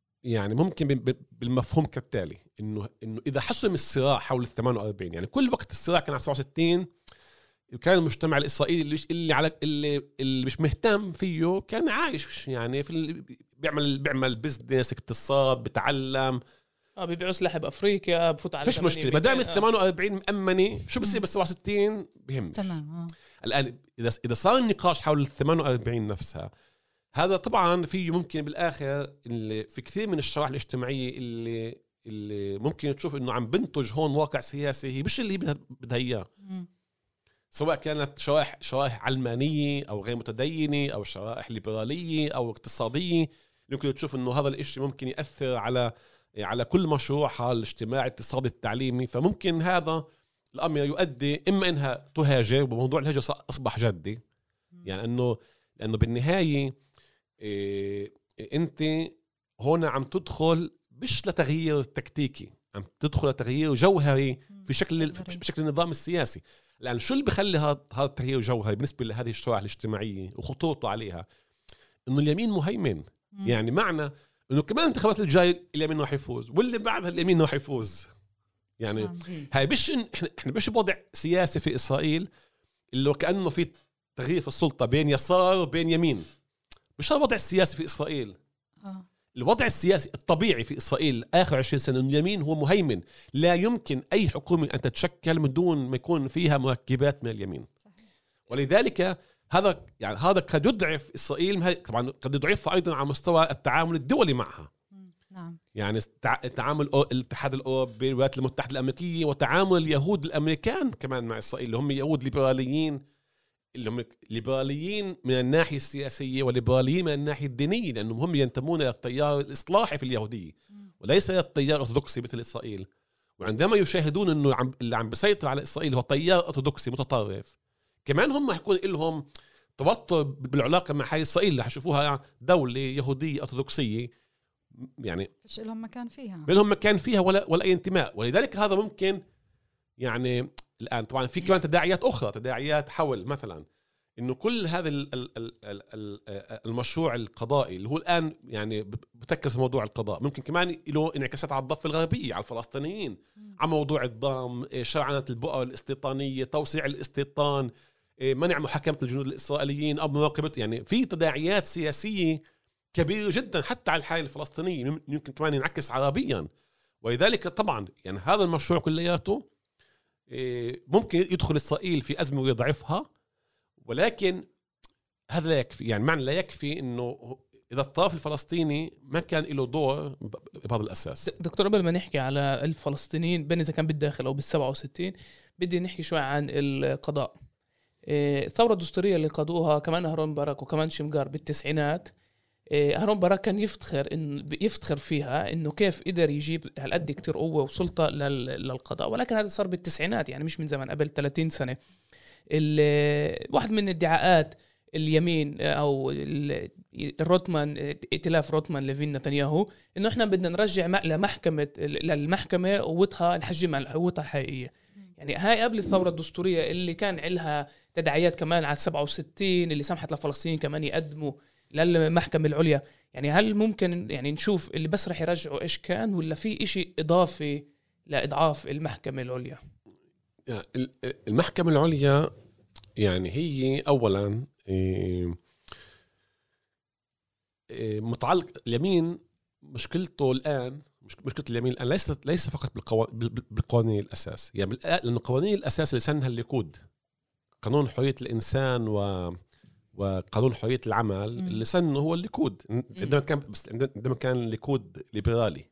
بالمفهوم كالتالي، إنه إذا حسم الصراع حول 48، يعني كل وقت الصراع كان على 67، كان المجتمع الإسرائيلي اللي مش مهتم فيه كان عايش يعني بيعمل بزنس، اقتصاد، بتعلم، بيبيعوا سلاح بأفريقيا، بفوت على فيش مشكلة. ما دام 48 مأمنة، شو بصير بس 67 بهم. تمام. الآن إذا صار النقاش حول 48 نفسها، هذا طبعا فيه ممكن بالآخر اللي في كثير من الشرائح الاجتماعية اللي ممكن تشوف إنه عم بنتج هون واقع سياسي هي مش اللي بدها إياه، سواء كانت شرائح علمانية أو غير متدينة أو شرائح ليبرالية أو اقتصادية. يمكن تشوف إنه هذا الإشي ممكن يأثر على كل مشروعها الاجتماعي، الاقتصادي، التعليمي. فممكن هذا الأمر يؤدي إما إنها تهاجر، وموضوع الهجرة أصبح جدي، يعني لأنه بالنهاية أنت هنا عم تدخل مش لتغيير تكتيكي، عم تدخل لتغيير جوهري في شكل النظام السياسي. لأن شو اللي بخلي هذا التغيير الجوهري بالنسبة لهذه الشرائح الاجتماعية وخطوطه عليها؟ إنه اليمين مهيمن. يعني معنى إنه كمان الانتخابات الجاي اليمين راح يفوز، واللي بعدها اليمين راح يفوز. يعني هاي إحنا مش بوضع سياسي في إسرائيل اللي كأنه في تغيير في السلطة بين يسار وبين يمين. مش هذا الوضع السياسي في إسرائيل. الوضع السياسي الطبيعي في إسرائيل آخر 20 سنة إنه اليمين هو مهيمن. لا يمكن أي حكومة أن تتشكل من دون ما يكون فيها مركبات من اليمين. ولذلك هذا قد يضعف إسرائيل، طبعا قد يضعفها أيضا على مستوى التعامل الدولي معها. نعم. يعني تعامل الاتحاد الأوروبي، الولايات المتحدة الأمريكية، وتعامل اليهود الأمريكان كمان مع إسرائيل، اللي هم يهود ليبراليين، اللي هم ليبراليين من الناحية السياسية وليبراليين من الناحية الدينية، لأنهم هم ينتمون إلى التيار الإصلاحي في اليهودية وليس إلى التيار الأرثوذكسي مثل إسرائيل. وعندما يشاهدون إنه اللي عم بيسيطر على إسرائيل هو تيار أرثوذكسي متطرف، كمان هم يكون لهم توتر بالعلاقة مع هاي إسرائيل اللي حشوفوها دولة يهودية أرثوذكسية، يعني مش لهم مكان فيها، بلهم مكان فيها ولا أي انتماء. ولذلك هذا ممكن يعني الآن طبعا في كمان تداعيات أخرى، تداعيات حول مثلا إنه كل هذا المشروع القضائي اللي هو الآن يعني بتركز موضوع القضاء، ممكن كمان له انعكاسات على الضفة الغربية، على الفلسطينيين، على موضوع الضم، شرعنة البؤر الاستيطانية، توسيع الاستيطان، منع محاكمة الجنود الإسرائيليين أو مراقبة. يعني في تداعيات سياسية كبيرة جدا حتى على الحالة الفلسطينية، يمكن كمان ينعكس عربيا. ولذلك طبعا يعني هذا المشروع كلياته ممكن يدخل إسرائيل في أزمة ويضعفها، ولكن هذا لا يكفي. يعني معنى لا يكفي إنه إذا الطرف الفلسطيني ما كان له دور بهذا الأساس. دكتور، قبل ما نحكي على الفلسطينيين بين إذا كان بالداخل أو بال67، بدي نحكي شوي عن القضاء. الثورة الدستورية اللي قضوها كمان أهرون باراك وكمان شمجار بالتسعينات، أهرون باراك كان يفتخر فيها إنه كيف قدر يجيب هالقد كتير قوة وسلطة للقضاء، ولكن هذا صار بالتسعينات، يعني مش من زمان، قبل 30 سنة. واحد من الادعاءات اليمين أو الروتمان، ائتلاف روتمان ليفين نتنياهو، إنه إحنا بدنا نرجع للمحكمة قوتها، نحجمها قوتها الحقيقية. يعني هاي قبل الثورة الدستورية اللي كان علها تداعيات كمان على 67 اللي سمحت لفلسطين كمان يقدموا للمحكمة العليا. يعني هل ممكن يعني نشوف اللي بس رح يرجعوا إيش كان، ولا في إشي إضافي لإضعاف المحكمة العليا؟ المحكمة العليا يعني هي أولا متعلق اليمين، مشكلته الآن مشكلة اليمين الآن ليس فقط بالقوانين الأساس، يعني لأن قوانين الأساس اللي سنها الليكود، قانون حرية الإنسان وقانون حرية العمل اللي سنه هو الليكود عندما كان الليكود ليبرالي.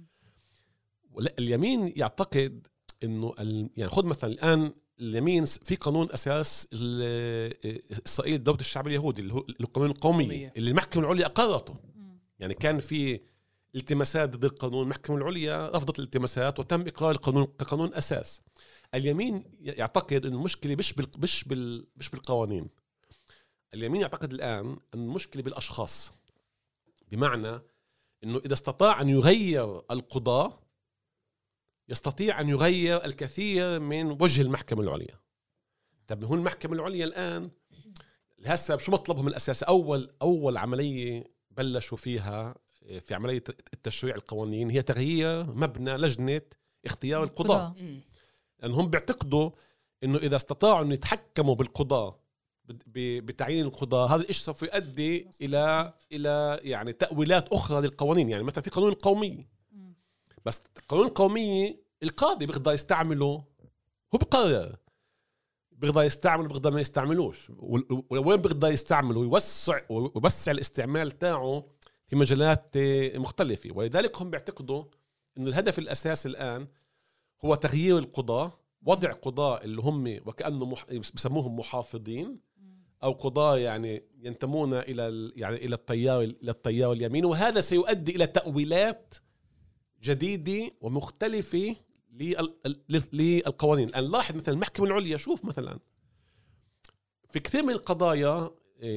اليمين يعتقد إنه يعني خذ مثلا الآن اليمين في قانون أساس إسرائيل دولة الشعب اليهودي اللي هو القانون القومي اللي المحكمة العليا أقرته. يعني كان في التماسات ضد القانون، المحكمة العليا رفضت الالتماسات وتم إقرار القانون كقانون أساس. اليمين يعتقد أن المشكلة مش بالقوانين. اليمين يعتقد الآن أن المشكلة بالأشخاص، بمعنى أنه إذا استطاع أن يغير القضاء يستطيع أن يغير الكثير من وجه المحكمة العليا. طب هون المحكمة العليا الآن هسه شو مطلبهم الأساسي؟ أول عملية بلشوا فيها في عملية التشريع القوانين هي تغيير مبنى لجنة اختيار القضاء. لأنهم بيعتقدوا أنه إذا استطاعوا أن يتحكموا بالقضاء بتعيين القضاء، هذا الإشي سوف يؤدي إلى يعني تأويلات أخرى للقوانين. يعني مثلا في قانون القومي، بس القانون القومي القاضي بيقدر يستعمله، هو بقرر بيقدر يستعمله بيقدر ما يستعملوش، وين بيقدر يستعمله ويوسع الاستعمال تاعه في مجالات مختلفة. ولذلك هم بيعتقدوا إنه الهدف الأساسي الآن هو تغيير القضاء، وضع قضاء اللي هم وكأنه بسموهم محافظين أو قضاء يعني ينتمون إلى التيار اليمين، وهذا سيؤدي إلى تأويلات جديدة ومختلفة للقوانين. الآن لاحظ مثلا المحكمة العليا، شوف مثلا في كثير من القضايا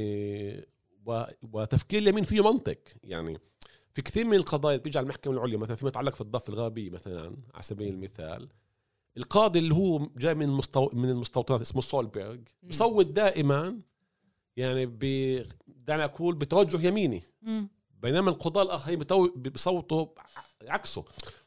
وتفكير اليمين فيه منطق. يعني في كثير من القضايا بيجي على المحكمة العليا، مثلا فيما يتعلق في الضفة الغربية مثلا على سبيل المثال، القاضي اللي هو جاي من المستوطنات اسمه سولبرغ بصوت دائما يعني دعنا أقول بتوجه يميني، بينما القضاة الآخرين بصوتوا عكسه.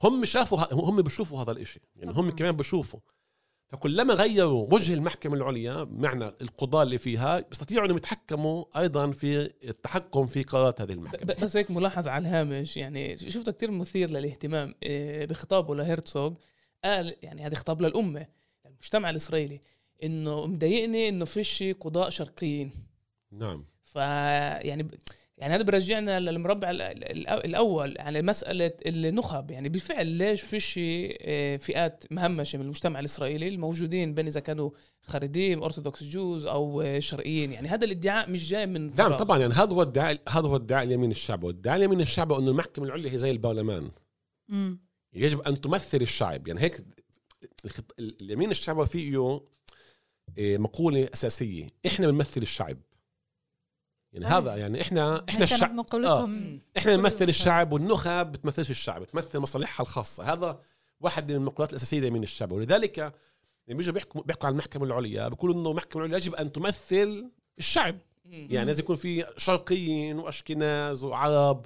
هم بيشوفوا هذا الإشي، يعني هم كمان بيشوفوا. فكلما غيروا وجه المحكمة العليا، معنى القضاة اللي فيها بيستطيعوا أن يتحكموا أيضا في التحكم في قرارات هذه المحكمة. بس هيك ملاحظ على الهامش، يعني شفته كتير مثير للاهتمام بخطابه لهرتسوغ. قال يعني هذا خطاب للأمة، المجتمع الإسرائيلي، إنه مضايقني إنه فيش قضاء شرقيين. نعم. يعني هذا برجعنا للمربع الأول على مسألة النخب. يعني بالفعل ليش فيش فئات مهمشة من المجتمع الإسرائيلي الموجودين، بين إذا كانوا خريديم أرثوذكس جوز أو شرقيين؟ يعني هذا الادعاء مش جاي من فراغ. نعم طبعا، يعني هذا هو ادعاء اليمين الشعبي. والادعاء اليمين الشعبي أنه المحكمة العليا هي زي البرلمان، يجب أن تمثل الشعب. يعني هيك اليمين الشعبي فيه مقولة أساسية، إحنا بنمثل الشعب. يعني هذا يعني احنا الشعب، احنا نمثل الشعب، والنخب بتمثلش الشعب، بتمثل مصالحها الخاصه. هذا واحد من المقولات الاساسيه من الشعب. ولذلك يعني بيجوا بيحكوا عن المحكمه العليا، بيقولوا انه المحكمه العليا يجب ان تمثل الشعب. يعني لازم يكون في شرقيين واشكناز وعرب.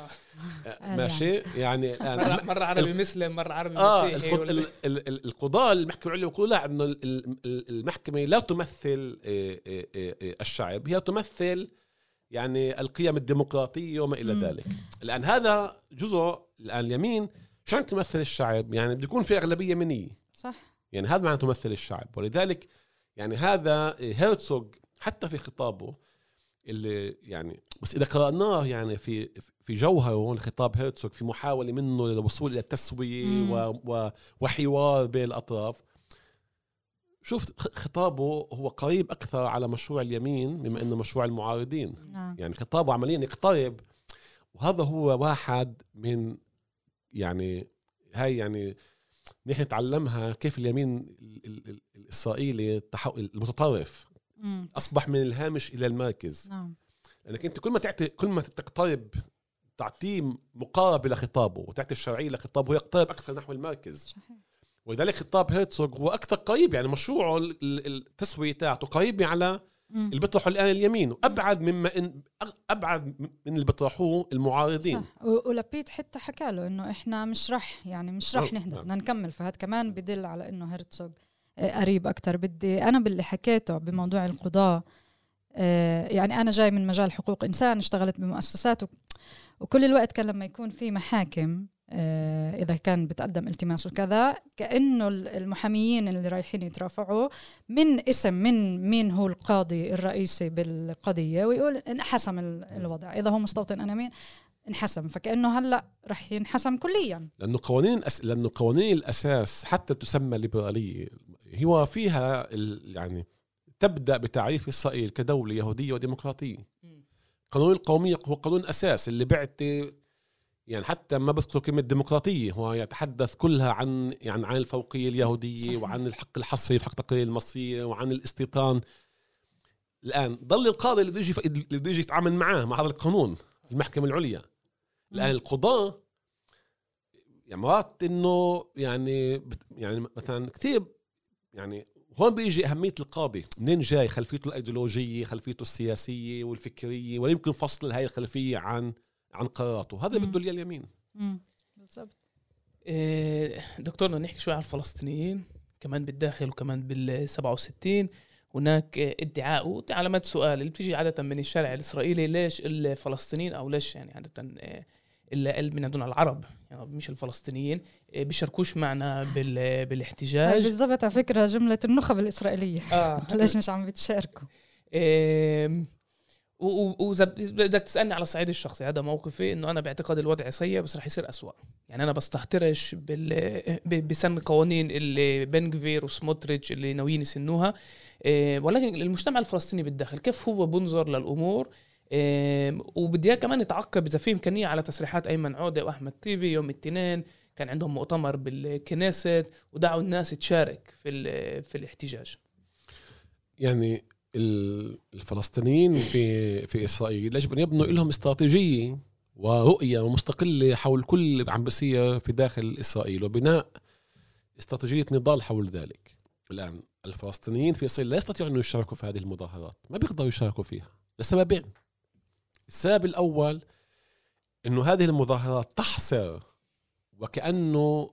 ماشي يعني مرة عربي مسلم، مرة عربي مسيحي. القضاء المحكمة العليا يقولوا لا، انه المحكمة لا تمثل الشعب، هي تمثل يعني القيم الديمقراطية وما إلى ذلك. الآن هذا جزء. الآن اليمين شلون تمثل الشعب؟ يعني بده يكون في أغلبية يمينية، صح؟ يعني هذا معنى تمثل الشعب. ولذلك يعني هذا هرتسوغ حتى في خطابه اللي يعني بس إذا قرأناه يعني في جوهره الخطاب هرتسوغ، في محاولة منه للوصول إلى التسوية وحوار بين الأطراف، شوف خطابه هو قريب أكثر على مشروع اليمين مما أنه مشروع المعارضين. يعني خطابه عمليا يقترب. وهذا هو واحد من يعني هاي يعني نحن نتعلمها كيف اليمين الإسرائيلي المتطرف أصبح من الهامش إلى المركز. نعم. لأنك أنت كل ما تقترب تعطيه مقاربة لخطابه وتعطي الشرعية لخطابه، هو يقترب أكثر نحو المركز. صحيح. ولذلك خطاب هيرتسوغ هو أكثر قريب، يعني مشروعه التسوية تاعته قريب على اللي بيطرحوا الآن اليمين، وأبعد أبعد من اللي بيطرحوه المعارضين. صح. ولبيت حتى حكى له إنه إحنا مش رح نهدى، بدنا نكمل. فهذا كمان بدل على إنه هيرتسوغ قريب أكتر. بدي أنا باللي حكيته بموضوع القضاء، يعني أنا جاي من مجال حقوق إنسان، اشتغلت بمؤسسات وكل الوقت كان لما يكون في محاكم إذا كان بتقدم التماس وكذا، كأنه المحاميين اللي رايحين يترافعوا من اسم من مين هو القاضي الرئيسي بالقضية، ويقول انحسم الوضع، إذا هو مستوطن أنا مين انحسم، فكأنه هلأ رح ينحسم كليا. لأنه قوانين الأساس حتى تسمى ليبرالية هو فيها يعني تبدأ بتعريف إسرائيل كدولة يهودية وديمقراطية. قانون القومية هو قانون أساس اللي بيعطي، يعني حتى ما بذكر كلمة ديمقراطية، هو يتحدث كلها عن الفوقية اليهودية. صحيح. وعن الحق الحصري في حق تقرير المصرية، وعن الاستيطان. الآن ضل القاضي اللي بده يجي يتعامل معاه مع هذا القانون في المحكمة العليا. الآن القضاء يعني مرات إنه يعني مثلا كتير، يعني هون بيجي أهمية القاضي منين جاي، خلفيته الأيديولوجية، خلفيته السياسية والفكرية، ولا يمكن فصل هاي الخلفية عن قراراته. هذا بده لي اليمين. بالضبط. دكتورنا نحكي شوي عن الفلسطينيين كمان بالداخل وكمان بال67. هناك ادعاء وعلامات سؤال اللي بتيجي عادة من الشارع الإسرائيلي، ليش الفلسطينيين أو ليش يعني عادة اللي من عندنا العرب يعني مش الفلسطينيين بيشاركوش معنا بالاحتجاج. بالضبط، على فكرة جملة النخب الإسرائيلية. ليش مش عم بتشاركوا؟ وإذا بدك تسألني على الصعيد الشخصي، هذا موقفي إنه أنا بعتقد الوضع سيء بس رح يصير أسوأ. يعني أنا بستحترش بسن قوانين اللي بن غفير وسموتريتش اللي ناويين يسنوها، ولكن المجتمع الفلسطيني بالداخل كيف هو بنظر للأمور. وبدي كمان نتعقب إذا في إمكانية على تسريحات أيمن عودة وأحمد طيبي يوم الاثنين، كان عندهم مؤتمر بالكنيست ودعوا الناس تشارك في الاحتجاج. يعني الفلسطينيين في إسرائيل يجب أن يبنوا لهم استراتيجية ورؤية مستقلة حول كل اللي عم بيصير في داخل إسرائيل، وبناء استراتيجية نضال حول ذلك. الآن الفلسطينيين في إسرائيل لا يستطيعون أن يشاركوا في هذه المظاهرات، ما بيقدروا يشاركوا فيها لسببين. السبب الأول إنه هذه المظاهرات تحصر وكأنه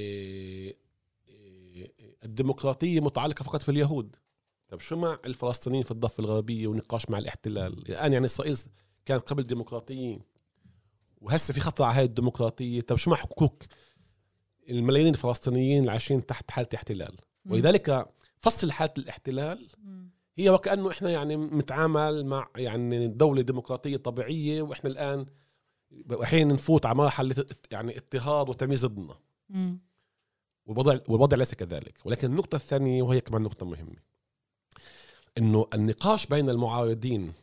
الديمقراطية متعلقة فقط في اليهود. طب شو مع الفلسطينيين في الضفة الغربية ونقاش مع الاحتلال؟ الآن يعني إسرائيل كانت قبل ديمقراطيين وهسه في خطر على هاي الديمقراطية. طب شو مع حقوق الملايين الفلسطينيين اللي عايشين تحت حالة احتلال؟ ولذلك فصل حالة الاحتلال هي وكأنه إحنا يعني متعامل مع يعني دولة ديمقراطية طبيعية، وإحنا الآن وحين نفوت على مرحلة يعني اضطهاد وتمييز ضدنا. والوضع ليس كذلك. ولكن النقطة الثانية وهي كمان نقطة مهمة، إنه النقاش بين المعارضين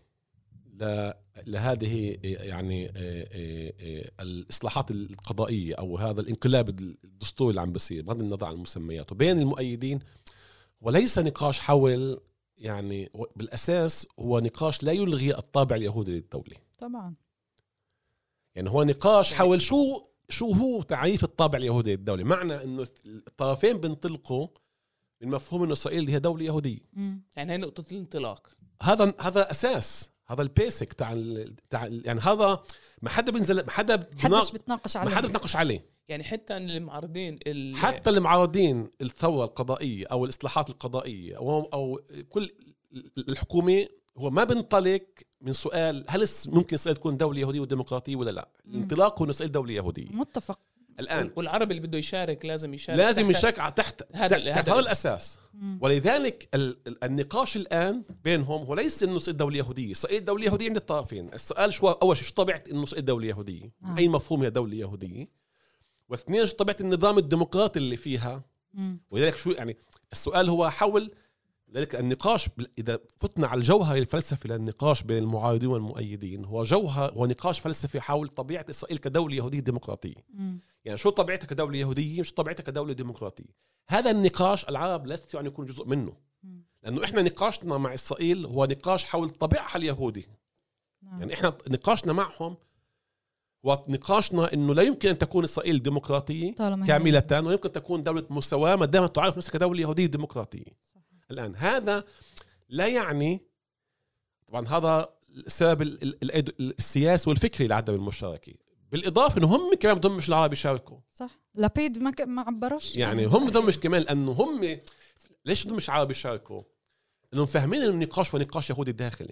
لهذه يعني الإصلاحات القضائية أو هذا الانقلاب الدستوري اللي عم بيصير بغض النظر عن المسميات وبين المؤيدين، وليس نقاش حول يعني بالأساس هو نقاش لا يلغي الطابع اليهودي للدولة. طبعا يعني هو نقاش حول شو هو تعريف الطابع اليهودي للدولة. معنى إنه الطرفين بينطلقوا من مفهوم إنه إسرائيل هي دولة يهودية. يعني هي نقطة الانطلاق. هذا أساس، هذا البيسك تاع يعني هذا ما حدا بينزل، ما حدش بتناقش عليه، ما حدا بتناقش عليه. يعني حتى المعارضين حتى المعارضين الثورة القضائية أو الإصلاحات القضائية أو كل الحكومة، هو ما بنطلق من سؤال هل ممكن إسرائيل تكون دولة يهودية وديمقراطية ولا لا. الانطلاق هو إنه إسرائيل دولة يهودية. متفق. الآن والعربي اللي بده يشارك لازم يشارك تحت هذا الأساس. ولذلك النقاش الآن بينهم هو ليس إنه إسرائيل دولة يهودية. إسرائيل دولة يهودية عند الطرفين. السؤال أول شيء شو طبيعة إنه إسرائيل دولة يهودية؟ أي مفهوم هي دولة يهودية؟ واثنين شو طبيعة النظام الديمقراطي اللي فيها؟ ولذلك شو يعني السؤال هو حول ذلك النقاش. إذا فتنا على الجوهر الفلسفي للنقاش بين المعارضين والمؤيدين، هو نقاش فلسفي حول طبيعة إسرائيل كدولة يهودية ديمقراطية. يعني شو طبيعتها كدولة يهودية، شو طبيعتها كدولة ديمقراطية. هذا النقاش العرب لا يستطيعون أن يكون جزء منه، لأنه إحنا نقاشنا مع إسرائيل هو نقاش حول طبيعها اليهودي. يعني إحنا نقاشنا معهم ونقاشنا إنه لا يمكن أن تكون إسرائيل ديمقراطية كاملة ويمكن تكون دولة مساواة ما دامت تعرف نفسها كدولة يهودية ديمقراطية. الآن هذا لا يعني، طبعا هذا السبب السياسي والفكري لعدم المشاركة، بالإضافة إنه هم كمان بدهم مش العرب يشاركوا. صح، لابيد ما عبروش يعني هم بدهم مش كمان، لأنه هم ليش بدهم مش العرب يشاركوا؟ إنهم فاهمين إنه النقاش هو نقاش يهودي داخلي،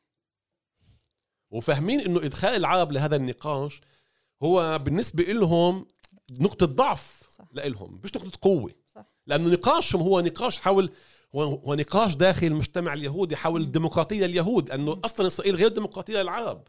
وفاهمين إنه إدخال العرب لهذا النقاش هو بالنسبة لهم نقطة ضعف لهم، مش نقطة قوة. صح. لأنه نقاشهم هو نقاش حول، هو نقاش داخل المجتمع اليهودي حول الديمقراطية لليهود، لأنه أصلا إسرائيل غير ديمقراطية للعرب.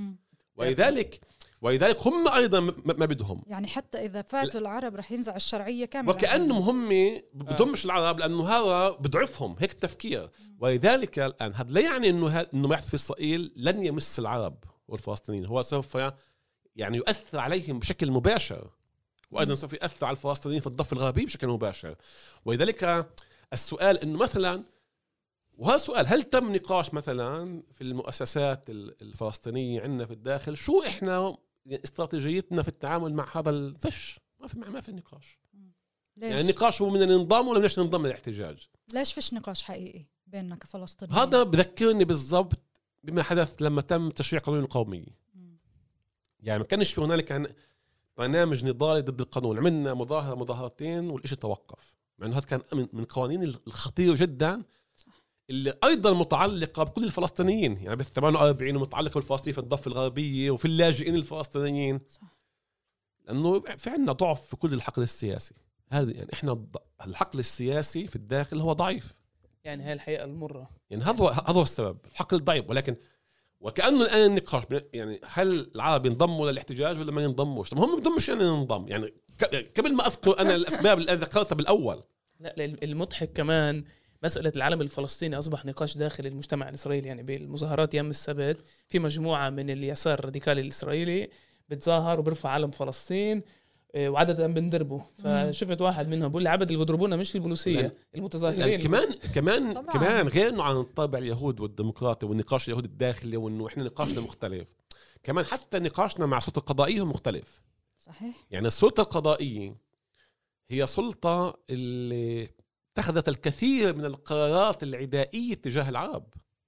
ولذلك هم أيضا ما بدهم، يعني حتى إذا فاتوا العرب رح ينزع الشرعية كاملة، وكأنهم هم بدهم مش العرب، لأنه هذا بضعفهم هيك التفكير. ولذلك الآن هذا لا يعني إنه ما يحدث في إسرائيل لن يمس العرب والفلسطينيين، هو سوف يعني يؤثر عليهم بشكل مباشر، وأيضا سوف يؤثر على الفلسطينيين في الضفة الغربية بشكل مباشر. ولذلك السؤال إنه مثلا، وهذا سؤال، هل تم نقاش مثلا في المؤسسات الفلسطينية عندنا في الداخل شو إحنا استراتيجيتنا في التعامل مع هذا الفش؟ ما في نقاش. ليش؟ يعني النقاش هو من النظام ولا ليش ننضم للاحتجاج؟ ليش فيش نقاش حقيقي بيننا كفلسطينيين؟ هذا بذكرني بالضبط بما حدث لما تم تشريع قانون القومية. يعني ما كانش في هنالك برنامج نضالي ضد القانون، عملنا مظاهرتين والإشي توقف، مع انه هذا كان من القوانين الخطيرة جدا اللي ايضا متعلقة بكل الفلسطينيين، يعني بال 48 ومتعلقة بالفلسطينيين في الضفة الغربية وفي اللاجئين الفلسطينيين. لانه في عندنا ضعف في كل الحقل السياسي هذا، يعني احنا الحقل السياسي في الداخل هو ضعيف، يعني هاي الحقيقة المرة، يعني هذا هو السبب، الحقل ضعيف. ولكن وكأنه الآن النقاش يعني هل العرب ينضموا للاحتجاج ولا ما ينضموش؟ طب هم بدهمش يعني ننضم، يعني قبل ما أذكر أنا الأسباب اللي ذكرتها بالأول. لا، المضحك كمان مسألة العلم الفلسطيني أصبح نقاش داخل المجتمع الإسرائيلي. يعني بالمظاهرات يوم السبت في مجموعة من اليسار الراديكالي الإسرائيلي بتظاهر وبرفع علم فلسطين، وعادة بندربوا. فشفت واحد منهم بقول لي عبد اللي بضربونا مش البوليسية المتظاهرين. يعني كمان غير انه عن طابع اليهود والديمقراطي والنقاش اليهودي الداخلي، وانه احنا نقاشنا مختلف، كمان حتى نقاشنا مع السلطة القضائية مختلف. صحيح. يعني السلطة القضائية هي سلطة اللي اتخذت الكثير من القرارات العدائية تجاه العرب،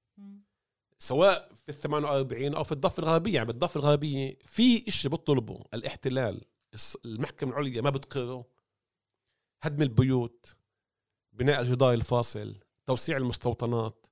سواء في 48 أو في الضفة الغربية. يعني بالضفة الغربية في إشي بطلبه الاحتلال، المحكمة العليا ما بتقره، هدم البيوت، بناء الجدار الفاصل، توسيع المستوطنات،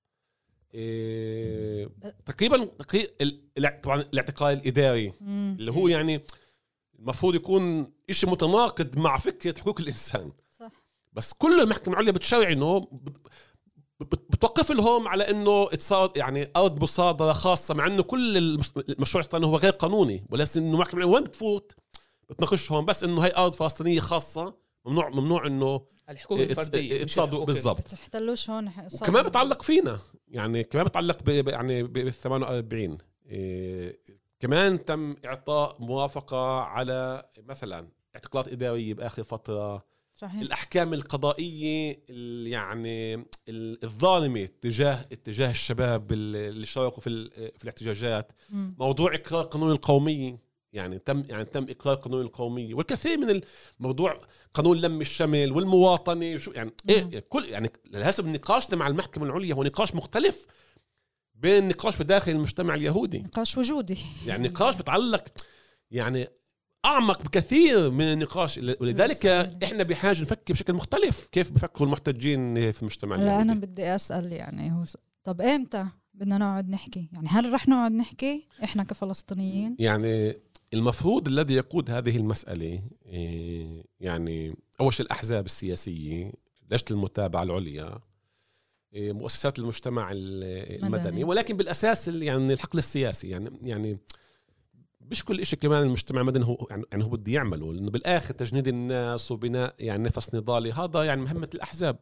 تقريبا طبعا الاعتقال الإداري اللي هو يعني المفروض يكون إشي متناقض مع فكرة حقوق الإنسان. صح. بس كل المحكمة العليا بتشرع إنه بتوقف لهم على إنه اتصاد يعني أرض مصادرة خاصة، مع إنه كل المشروع الثاني هو غير قانوني، ولكن إنه المحكمة العليا وين بتفوت بتناقشهم بس إنه هاي أرض فلسطينية خاصة، ممنوع إنه الحقوق الفردية اتصادوا بالضبط. بتحتلوش هون. وكمان بتعلق فينا، يعني كمان بتعلق يعني بال 48 كمان تم إعطاء موافقة على مثلا اعتقالات إدارية بآخر فترة. صحيح. الأحكام القضائية يعني الظالمة اتجاه الشباب اللي شاركوا في الاحتجاجات. موضوع إقرار قانون القومية، يعني تم إقرار قانون القومية، والكثير من الموضوع قانون لم الشمل والمواطنة يعني إيه كل يعني للأسف نقاشنا مع المحكمة العليا هو نقاش مختلف بين النقاش في داخل المجتمع اليهودي، نقاش وجودي، يعني نقاش بتعلق يعني أعمق بكثير من النقاش. ولذلك إحنا بحاجة نفكر بشكل مختلف كيف بفكروا المحتجين في المجتمع اليهودي. لا أنا بدي أسأل يعني هو طب إمتى بدنا نقعد نحكي؟ يعني هل رح نقعد نحكي إحنا كفلسطينيين؟ يعني المفروض الذي يقود هذه المسألة يعني أول شيء الأحزاب السياسية، لجنة المتابعة العليا، مؤسسات المجتمع المدني، ولكن بالأساس يعني الحقل السياسي. يعني مش كل إشي كمان المجتمع المدني هو يعني هو بدي يعمله، لأنه بالآخر تجنيد الناس وبناء يعني نفس نضالي هذا يعني مهمة الأحزاب.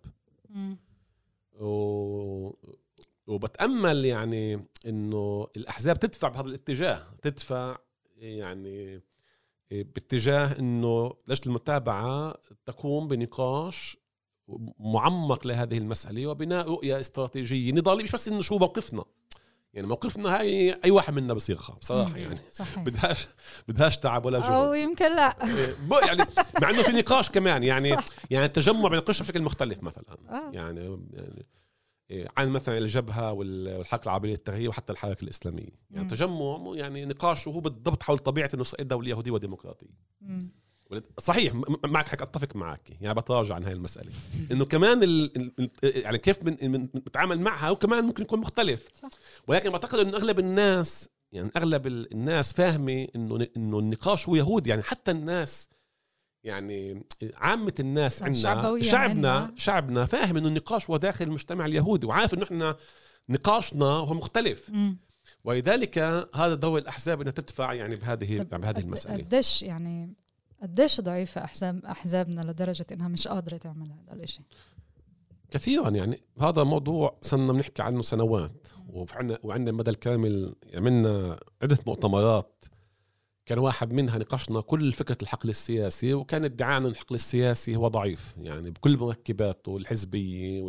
وبتأمل يعني إنه الأحزاب تدفع بهذا الاتجاه، تدفع يعني باتجاه إنه لجنة المتابعة تقوم بنقاش معمق لهذه المسألة وبناء رؤية استراتيجية نضالية، مش بس إنه شو موقفنا، يعني موقفنا هاي أي واحد منا بصيغها بصراحة يعني بدهاش تعب ولا جهد، أو يمكن لا يعني مع إنه في نقاش كمان يعني صح. يعني التجمع بيناقشها بشكل مختلف مثلا يعني عن مثلا الجبهة والحركة العربية للتغيير وحتى الحركة الإسلامية، يعني تجمع يعني نقاش وهو بالضبط حول طبيعة إنه إسرائيل دولة يهودية وديمقراطية. صحيح معك حق، أتفق معك، يعني بتراجع عن هاي المسألة إنه كمان يعني كيف بنتعامل معها وكمان ممكن يكون مختلف صح. ولكن بعتقد إنه أغلب الناس يعني أغلب الناس فاهمة إنه النقاش هو يهودي، يعني حتى الناس يعني عامة الناس عندنا شعبنا فاهم إنه النقاش هو داخل المجتمع اليهودي وعارف إنه إحنا نقاشنا هو مختلف ولذلك هذا دور الأحزاب إنها تدفع يعني بهذه المسألة. قديش ضعيفة أحزابنا لدرجة إنها مش قادرة تعمل هذا الشيء؟ كثيرا، يعني هذا موضوع صرنا بنحكي عنه سنوات وعندنا مدى الكامل عملنا عدة مؤتمرات كان واحد منها نقاشنا كل فكرة الحقل السياسي، وكان ادعاء أن الحقل السياسي هو ضعيف يعني بكل مركباته الحزبية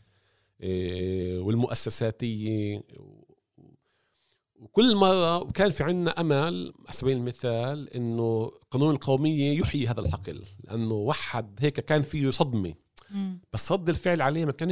والمؤسساتية، وكل مرة كان في عنا أمل على سبيل المثال إنه قانون القومية يحيي هذا الحقل، لأنه وحد هيك كان فيه صدمة بس رد الفعل عليه ما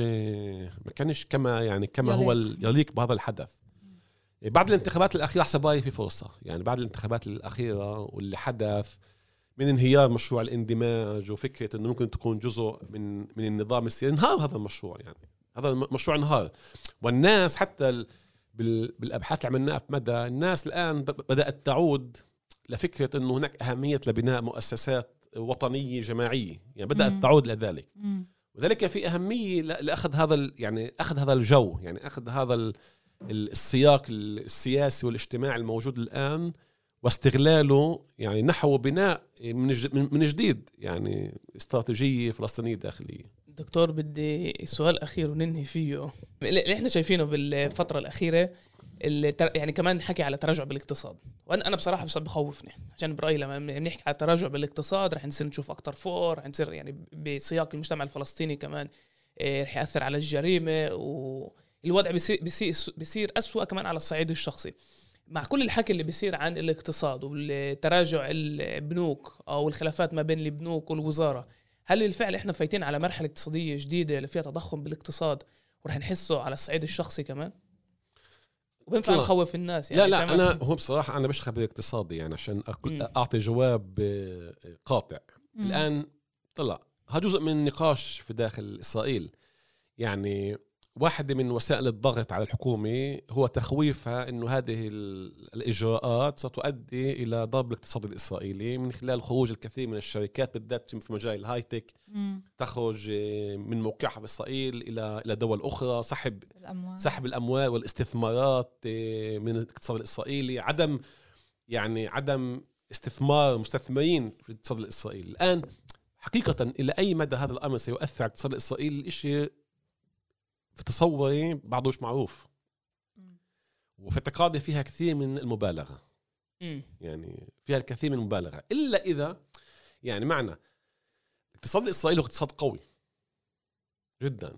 كانش كما هو يليق بهذا الحدث. بعد الانتخابات الأخيرة حسباي في فرصة، يعني بعد الانتخابات الأخيرة واللي حدث من انهيار مشروع الاندماج وفكرة إنه ممكن تكون جزء من النظام السياسي، انهار هذا المشروع، يعني هذا المشروع انهار. والناس حتى بالأبحاث اللي عملناها في مدى الناس الآن بدأت تعود لفكرة إنه هناك أهمية لبناء مؤسسات وطنية جماعية، يعني بدأت تعود لذلك. وذلك في أهمية لأخذ هذا يعني أخذ هذا الجو، يعني أخذ هذا السياق السياسي والاجتماعي الموجود الآن واستغلاله يعني نحو بناء من جديد يعني استراتيجية فلسطينية داخلية. دكتور بدي السؤال الأخير وننهي فيه، اللي احنا شايفينه بالفترة الأخيرة يعني كمان نحكي على تراجع بالاقتصاد، وأنا بصراحة بخوفني عشان برأيي لما نحكي على تراجع بالاقتصاد رح نصير نشوف أكتر فور، رح نصير يعني بسياق المجتمع الفلسطيني كمان رح يأثر على الجريمة والوضع بيصير أسوأ كمان على الصعيد الشخصي. مع كل الحكي اللي بيصير عن الاقتصاد والتراجع البنوك أو الخلافات ما بين البنوك والوزارة، هل بالفعل احنا فايتين على مرحلة اقتصادية جديدة اللي فيها تضخم بالاقتصاد ورح نحسه على الصعيد الشخصي كمان وبينفع نخوف الناس؟ يعني لا أنا هو بصراحة أنا مش خبير اقتصادي يعني عشان أعطي جواب قاطع. الآن طلع هذا جزء من النقاش في داخل إسرائيل، يعني واحدة من وسائل الضغط على الحكومة هو تخويفها إنه هذه الإجراءات ستؤدي إلى ضرب الاقتصاد الإسرائيلي من خلال خروج الكثير من الشركات بالذات في مجال الهايتك تخرج من موقعها في إسرائيل إلى دول أخرى، سحب الأموال والاستثمارات من الاقتصاد الإسرائيلي، عدم استثمار مستثمرين في الاقتصاد الإسرائيلي. الآن حقيقة إلى أي مدى هذا الأمر سيؤثر على الاقتصاد الإسرائيلي الإشي في تصوري بعضوش معروف، وفي اعتقادي فيها كثير من المبالغة، يعني فيها الكثير من المبالغة، إلا إذا يعني معنى الاقتصاد الإسرائيلي هو اقتصاد قوي جدا،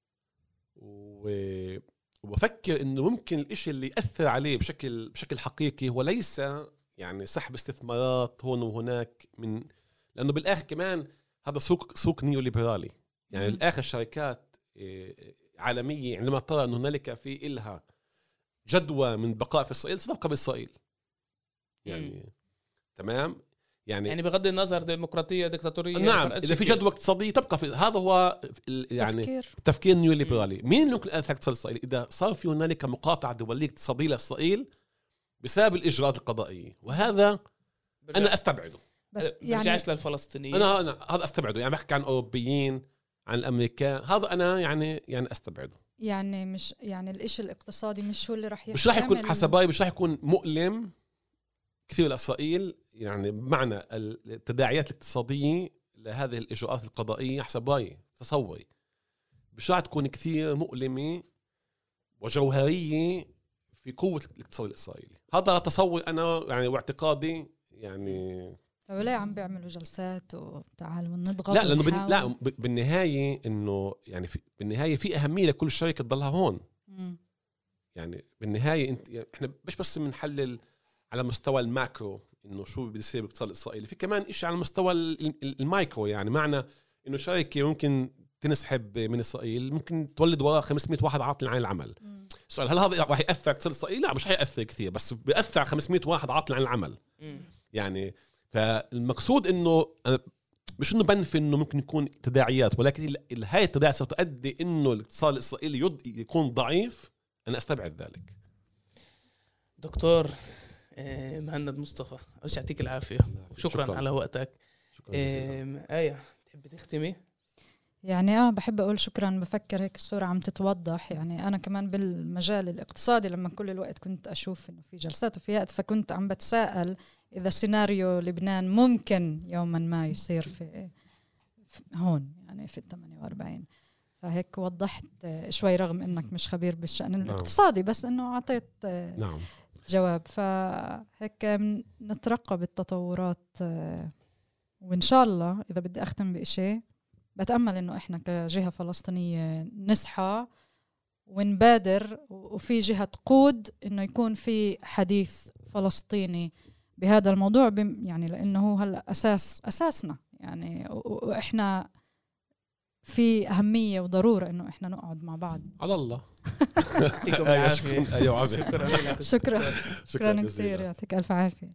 وبفكر إنه ممكن الإشي اللي يأثر عليه بشكل حقيقي هو ليس يعني سحب استثمارات هون وهناك لأنه بالآخر كمان هذا سوق نيوليبرالي، يعني بالآخر الشركات عالمية عندما ترى أن هنالك في إلها جدوى من بقاء في إسرائيل ستبقى بإسرائيل، يعني تمام، يعني بغض النظر ديمقراطية ديكتاتورية، نعم إذا في جدوى اقتصادية تبقى في، هذا هو يعني تفكير نيوليبرالي. مين اللي ممكن أثر اقتصاد إسرائيل إذا صار في هنالك مقاطعة دولية اقتصادية لإسرائيل بسبب الإجراءات القضائية، وهذا أنا أستبعده، بس برجعش للفلسطينيين، أنا هذا أستبعده، يعني بحكي عن أوروبيين عن الأمريكان، هذا أنا يعني أستبعده، يعني مش يعني الإشي الاقتصادي مش هو اللي رح مش رح يكون حسباي، مش رح يكون مؤلم كثير لإسرائيل، يعني بمعنى التداعيات الاقتصادية لهذه الإجراءات القضائية حسباي تصوري مش رح تكون كثير مؤلمة وجوهرية في قوة الاقتصاد الإسرائيلي. هذا تصور أنا يعني واعتقادي، يعني فليه عم بيعملوا جلسات وتعالوا نضغط؟ لا لأنه بالنهاية إنه يعني بالنهاية في أهمية لكل شركة تضلها هون. يعني بالنهاية يعني إحنا مش بس بنحلل على مستوى الماكرو إنه شو بيصير بالاقتصاد الإسرائيلي، في كمان إشي على مستوى المايكرو. يعني معنى إنه شركة ممكن تنسحب من إسرائيل ممكن تولد وراء 500 واحد عاطل عن العمل. السؤال هل هذا راح يأثر اقتصاد إسرائيل؟ لا مش هيأثر كثير، بس بيأثر 500 واحد عاطل عن العمل. يعني فالمقصود إنه مش إنه بنفي إنه ممكن يكون تداعيات، ولكن هاي التداعيات ستؤدي إنه الاقتصاد الإسرائيلي يكون ضعيف. أنا أستبعد ذلك. دكتور مهند مصطفى، أرجع يعطيك العافية. شكرا على وقتك. شكرا جزيلا. آية تحب تختمي؟ يعني بحب أقول شكرا. بفكر هيك الصورة عم تتوضح. يعني أنا كمان بالمجال الاقتصادي لما كل الوقت كنت أشوف إنه في جلسات وفيات، فكنت عم بتساءل إذا سيناريو لبنان ممكن يوما ما يصير في هون يعني في 48. فهيك وضحت شوي رغم إنك مش خبير بالشأن الاقتصادي، بس إنه أعطيت جواب. فهيك نترقب التطورات، وإن شاء الله إذا بدي أختم بإشي بتأمل إنه إحنا كجهة فلسطينية نصحى ونبادر، وفي جهة تقود إنه يكون في حديث فلسطيني بهذا الموضوع، يعني لأنه هو هلا أساسنا يعني، وإحنا في أهمية وضرورة إنه إحنا نقعد مع بعض. على الله. يعطيكم العافية. أيوة شكرا كثير، يعطيك ألف عافية.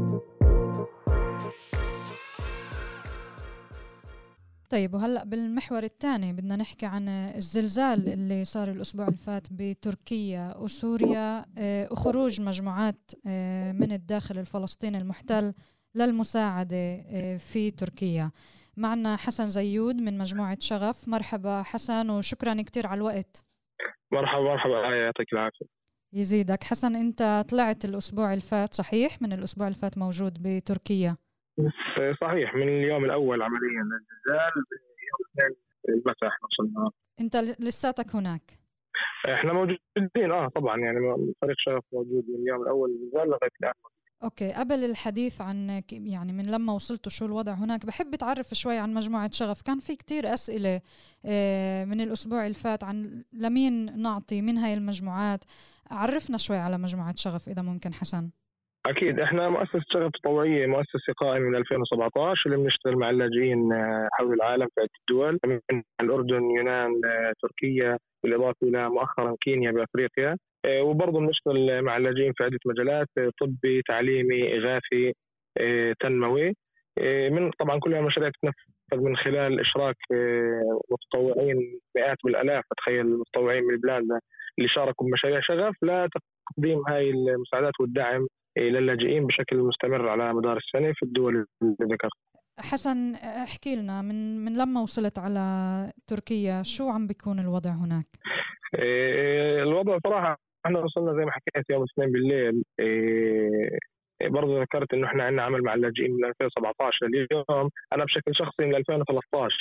طيب وهلأ بالمحور الثاني بدنا نحكي عن الزلزال اللي صار الأسبوع الفات بتركيا وسوريا، وخروج مجموعات من الداخل الفلسطيني المحتل للمساعدة في تركيا. معنا حسن زيود من مجموعة شغف. مرحبا حسن وشكرا كتير على الوقت. مرحبا يعطيك العافية. يزيدك. حسن أنت طلعت الأسبوع الفات صحيح؟ من الأسبوع الفات موجود بتركيا؟ صحيح، من اليوم الأول عمليا الزلزال، يوم الاثنين المساء احنا وصلنا. أنت لساتك هناك؟ احنا موجودين طبعا، يعني فريق شغف موجود من اليوم الأول الزلزال لغاية الآن. أوكي، قبل الحديث عن يعني من لما وصلتوا شو الوضع هناك، بحب تعرف شوي عن مجموعة شغف. كان في كتير أسئلة من الأسبوع الفات عن لمين نعطي من هاي المجموعات. عرفنا شوي على مجموعة شغف إذا ممكن حسن. أكيد، إحنا مؤسسة شغف تطوعية، مؤسسة قائمة من 2017 اللي بنشتغل مع اللاجئين حول العالم في عدة دول، من الأردن، يونان، تركيا، بالإضافة إلى مؤخرا كينيا بأفريقيا. وبرضه بنشتغل مع اللاجئين في عدة مجالات: طبي، تعليمي، إغاثي، تنموي. من طبعا كل المشاريع تتنفذ من خلال إشراك متطوعين مئات بالآلاف. تخيل المتطوعين من البلاد اللي شاركوا بمشاريع شغف لتقديم هاي المساعدات والدعم للاجئين بشكل مستمر على مدار السنة في الدول اللي ذكرت. حسن احكي لنا من لما وصلت على تركيا شو عم بيكون الوضع هناك؟ الوضع صراحة احنا وصلنا زي ما حكيت يوم الاثنين بالليل. برضه ذكرت انه احنا عندنا عمل مع اللاجئين من 2017 لليوم. انا بشكل شخصي من 2013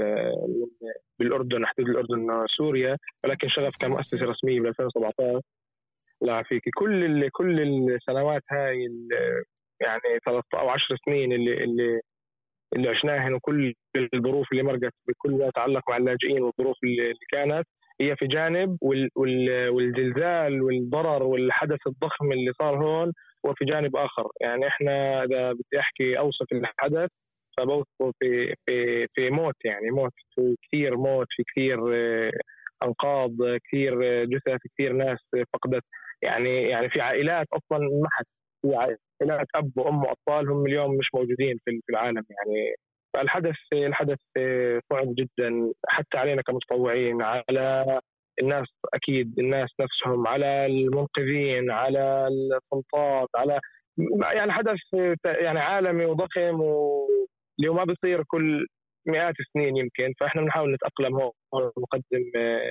بالاردن، حدود الاردن وسوريا، ولكن شغف كمؤسسة رسمية ب 2017. لا فيك كل السنوات هاي يعني 3 أو 10 سنين اللي عشناهن، وكل الظروف اللي مرقت بكل ما يتعلق مع اللاجئين والظروف اللي كانت، هي في جانب، والزلزال والضرر والحدث الضخم اللي صار هون هو في جانب آخر. يعني إحنا إذا بدي أحكي أوصف الحدث فبوصفه في موت، يعني موت، في كثير موت، في كثير أنقاض، كثير جثث، كثير ناس فقدت. يعني في عائلات أصلاً محت، في عائلات أب وأم وأطفال هم اليوم مش موجودين في العالم. يعني الحدث صعب جدا حتى علينا كمتطوعين، على الناس، أكيد الناس نفسهم، على المنقذين، على السلطات، على يعني حدث يعني عالمي وضخم، واللي ما بيصير كل مئات السنين يمكن. فإحنا بنحاول نتأقلم هون ونقدم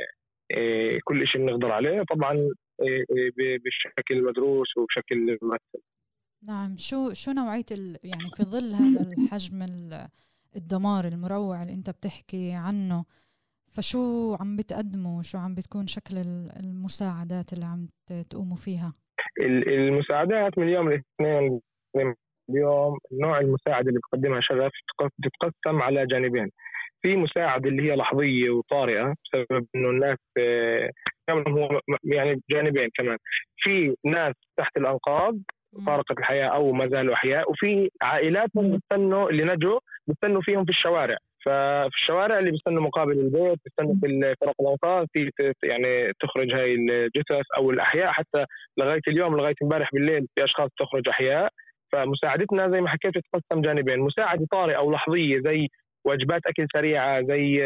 كل شيء بنقدر عليه، طبعا بشكل مدروس وبشكل ممثل. نعم. شو نوعية يعني في ظل هذا الحجم الدمار المروع اللي انت بتحكي عنه، فشو عم بتقدموا، شو عم بتكون شكل المساعدات اللي عم تقوموا فيها؟ المساعدات من يوم الاثنين اليوم نوع المساعدة اللي بتقدمها شغف تتقسم على جانبين. في مساعدة اللي هي لحظية وطارئة بسبب إنه الناس هو يعني جانبين كمان، في ناس تحت الأنقاض فارقة الحياة أو ما زالوا أحياء، وفي عائلات بيستنوا اللي نجوا بيستنوا فيهم في الشوارع. ففي الشوارع اللي بيستنوا مقابل البيت بيستنوا في فرق الأنقاض في يعني تخرج هاي الجثث أو الأحياء. حتى لغاية اليوم لغاية امبارح بالليل في أشخاص تخرج أحياء. فمساعدتنا زي ما حكيت تتقسم جانبين، مساعدة طارئة أو لحظية زي وجبات أكل سريعة، زي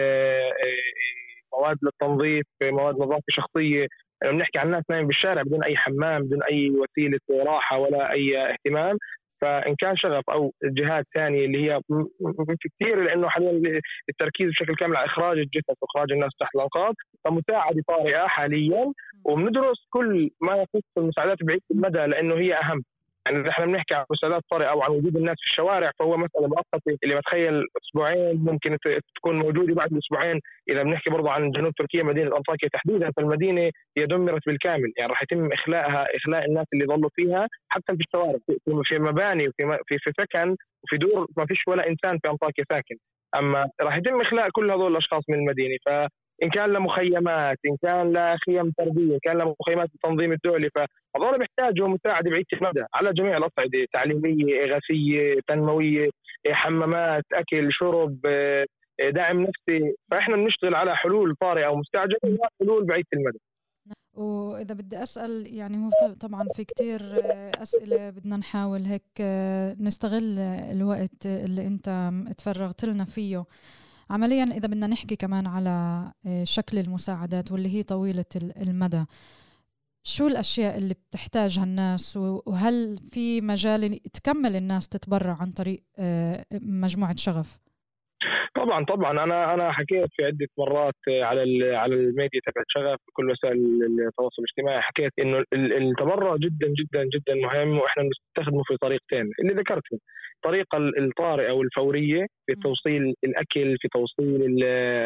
مواد للتنظيف، مواد نظافة شخصية. لما بنحكي عن ناس نايم بالشارع بدون أي حمام بدون أي وسيلة راحة ولا أي اهتمام، فإن كان شغف أو جهات ثانية اللي هي في كثير، لأنه حاليا التركيز بشكل كامل على إخراج الجثث وإخراج الناس تحت الأنقاض، فمساعدة طارئة حاليا. وبندرس كل ما يخص المساعدات بعيدة المدى لأنه هي أهم. يعني نحن بنحكي عن مساعدات طارئة أو عن وجود الناس في الشوارع فهو مسألة مؤقتة، اللي بتخيل أسبوعين ممكن تكون موجودة، بعد أسبوعين إذا بنحكي برضو عن جنوب تركيا مدينة أنطاكيا تحديدا، فالمدينة هي دمرت بالكامل. يعني راح يتم إخلاء الناس اللي ظلوا فيها حتى في الشوارع، في مباني وفي سكن وفي دور ما فيش ولا إنسان في أنطاكيا ساكن. أما راح يتم إخلاء كل هذول الأشخاص من المدينة، إن كان لمخيمات، إن كان لخيم تربية، إن كان لمخيمات التنظيم الدولي، فهذول بيحتاجوا مساعدة بعيدة المدى على جميع الأصعدة، تعليمية، إغاثية، تنموية، حمامات، أكل، شرب، دعم نفسي. فإحنا بنشتغل على حلول طارئة أو مستعجلة وحلول بعيدة المدى. وإذا بدي أسأل يعني هو طبعا في كتير أسئلة بدنا نحاول هيك نستغل الوقت اللي أنت تفرغت لنا فيه. عمليا إذا بدنا نحكي كمان على شكل المساعدات واللي هي طويلة المدى، شو الأشياء اللي بتحتاجها الناس، وهل في مجال تكمل الناس تتبرع عن طريق مجموعة شغف؟ طبعا انا حكيت في عده مرات على الميديا تبع شغف بكل وسائل التواصل الاجتماعي، حكيت انه التبرع جدا جدا جدا مهم، واحنا بنستخدمه في طريقتين اللي ذكرتهم. الطريقه الطارئه والفوريه في توصيل الاكل، في توصيل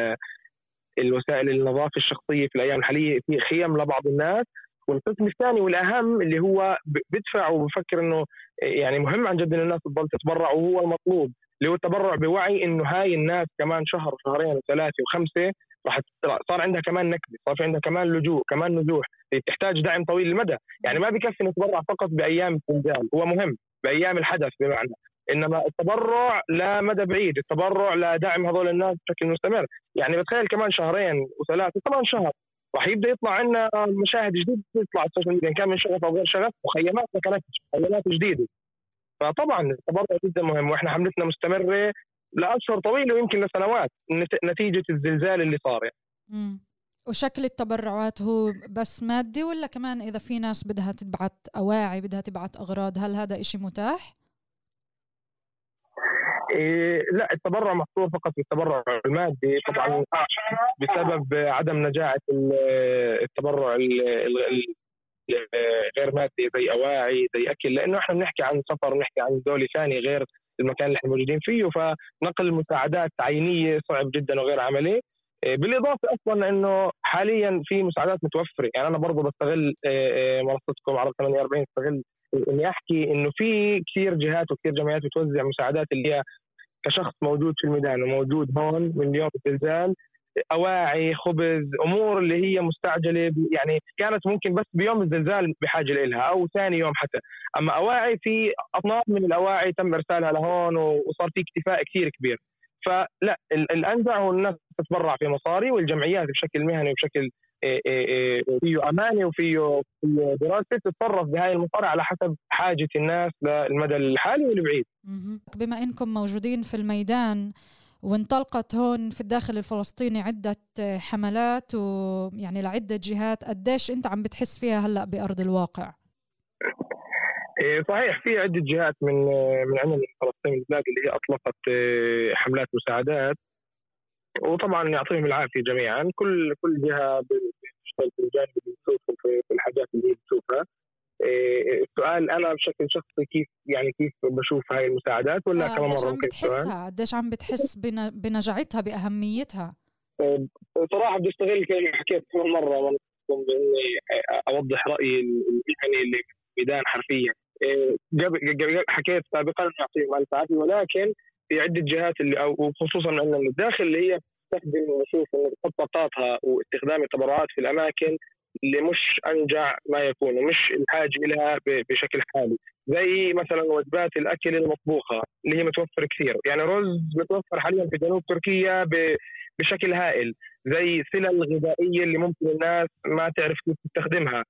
الوسائل النظافه الشخصيه في الايام الحاليه في خيم لبعض الناس. والقسم الثاني والاهم اللي هو بدفع وبفكر انه يعني مهم عن جد ان الناس تضل تتبرع، وهو المطلوب اللي هو التبرع بوعي انه هاي الناس كمان شهر وشهرين وثلاثه وخمسه راح صار عندها كمان نكبه، صار في عندها كمان لجوء، كمان نزوح، تحتاج دعم طويل المدى. يعني ما بكفي نتبرع فقط بايام الزلزال، هو مهم بايام الحدث بمعنى، انما التبرع لا مدى بعيد، التبرع لدعم هذول الناس بشكل مستمر. يعني بتخيل كمان شهرين وثلاثه كمان شهر راح يبدا يطلع عندنا مشاهد جديده تطلع على السوشيال ميديا، كان من شغف او غير شغف، مخيمات كانت مخيمات جديده. فطبعا التبرع جدا مهم، واحنا حملتنا مستمره لاشهر طويله ويمكن لسنوات نتيجه الزلزال اللي صار يعني. وشكل التبرعات هو بس مادي ولا كمان اذا في ناس بدها تبعت اواعي، بدها تبعت اغراض، هل هذا إشي متاح؟ لا، التبرع محصور فقط بالتبرع المادي طبعا بسبب عدم نجاعة التبرع غير مادي زي أواعي زي أكل، لأنه إحنا بنحكي عن سفر، بنحكي عن دولة ثانية غير المكان اللي إحنا موجودين فيه، فنقل المساعدات عينية صعب جدا وغير عملي. بالإضافة أصلا إنه حاليا في مساعدات متوفرة. يعني أنا برضو بستغل منصتكم على 48 استغل إني أحكي إنه في كثير جهات وكثير جمعيات بتوزع مساعدات اللي هي كشخص موجود في الميدان وموجود هون من يوم الزلزال، أواعي، خبز، أمور اللي هي مستعجلة يعني كانت ممكن بس بيوم الزلزال بحاجة لها أو ثاني يوم حتى. أما أواعي في أطناف من الأواعي تم إرسالها لهون وصار في اكتفاء كثير كبير. فلا الأنزع هو الناس تتبرع في مصاري، والجمعيات بشكل مهني وبشكل فيه أمانة وفيه دراسة تتصرف بهاي المصاري على حسب حاجة الناس للمدى الحالي والبعيد. بما إنكم موجودين في الميدان وانطلقت هون في الداخل الفلسطيني عدة حملات ويعني لعدة جهات، قديش أنت عم بتحس فيها هلأ بأرض الواقع؟ صحيح، في عدة جهات من عندنا فلسطين البلاد اللي هي أطلقت حملات مساعدات، وطبعا يعطيهم العافية جميعا. كل جهة بتشتغل في الجانب اللي بتشوفه في الحاجات اللي هي بتشوفها. السؤال أنا بشكل شخصي كيف بشوف هاي المساعدات ولا كمان مرة عم بتحسها قديش عم بتحس بنجاعتها بأهميتها؟ صراحة بدي أستغل كلمة حكيت كمان مرة بإني أوضح رأيي المهني اللي في الميدان حرفيا. حكيت سابقا يعطيهم العافية، ولكن في عدة جهات اللي أو خصوصا عندنا من الداخل اللي هي تستخدم نشوف إنه تحط طاقاتها واستخدام التبرعات في الأماكن اللي مش أنجع ما يكون ومش الحاجة لها بشكل حالي، زي مثلا وجبات الأكل المطبوخة اللي هي متوفر كثير، يعني رز متوفر حاليا في جنوب تركيا بشكل هائل، زي السلل الغذائية اللي ممكن الناس ما تعرف كيف تستخدمها،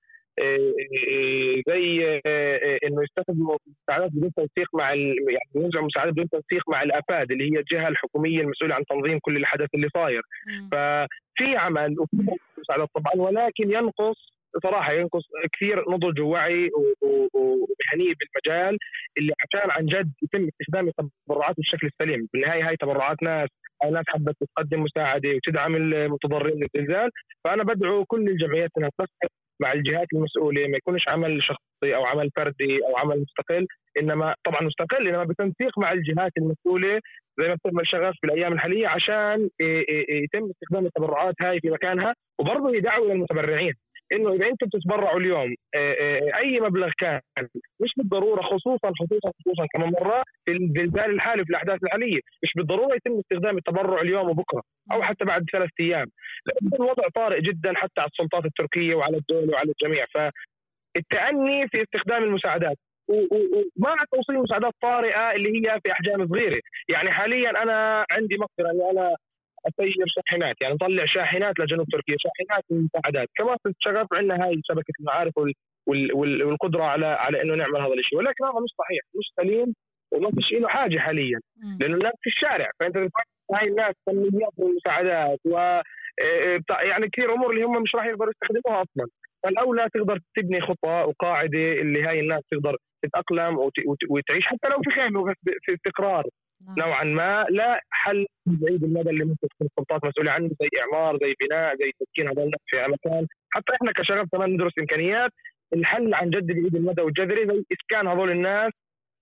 زي انه يستخدموا مساعدات بدون تنسيق مع يعني يوزعوا مساعدات بدون تنسيق مع الافاد اللي هي الجهه الحكوميه المسؤوله عن تنظيم كل الحدث اللي صاير. ففي عمل وفي مساعدات طبعا، ولكن ينقص صراحه، ينقص كثير نضج ووعي ومهنيه بالمجال اللي عشان عن جد يتم استخدام التبرعات بالشكل السليم. بالنهايه هاي تبرعات ناس او ناس حبت تقدم مساعده وتدعم المتضررين من الزلزال. فانا بدعو كل الجمعيات انها تنسق مع الجهات المسؤوله، ما يكونش عمل شخصي او عمل فردي او عمل مستقل، انما طبعا مستقل انما بتنسيق مع الجهات المسؤوله زي ما بتعمل شغف في الايام الحاليه عشان يتم استخدام التبرعات هاي في مكانها. وبرضه يدعوا للمتبرعين انه اذا انتم بتتبرعوا اليوم اي مبلغ كان، مش بالضروره خصوصا كمان مره في الزلزال الحالي في الاحداث الحاليه، مش بالضروره يتم استخدام التبرع اليوم وبكره او حتى بعد 3 ايام، لان الوضع طارئ جدا حتى على السلطات التركيه وعلى الدوله وعلى الجميع. فالتأني في استخدام المساعدات ومع توصيل مساعدات طارئه اللي هي في احجام صغيره. يعني حاليا انا عندي مقدره اني انا اسير شاحنات، يعني نطلع شاحنات لجنوب تركيا، شاحنات المساعدات، كمان في الشغف عندنا هاي شبكه المعارف والقدره على انه نعمل هذا الشيء، ولكن هذا مش صحيح، مش سليم وما فيش له حاجه حاليا، لانه الناس في الشارع. فانت هاي الناس كميات من المساعدات و يعني كثير امور اللي هم مش راح يقدروا يستخدموها اصلا. فالاولى تقدر تبني خطه وقاعده اللي هاي الناس تقدر تتاقلم وتعيش حتى لو في خيمه في استقرار نوعا ما، لا حل بعيد المدى اللي ممكن تكون السلطات مسؤوله عنه، زي اعمار، زي بناء، زي تسكين هذول الناس في مكان. حتى احنا كشغف كمان ندرس امكانيات الحل عن جد بعيد المدى والجذري، زي اسكان هذول الناس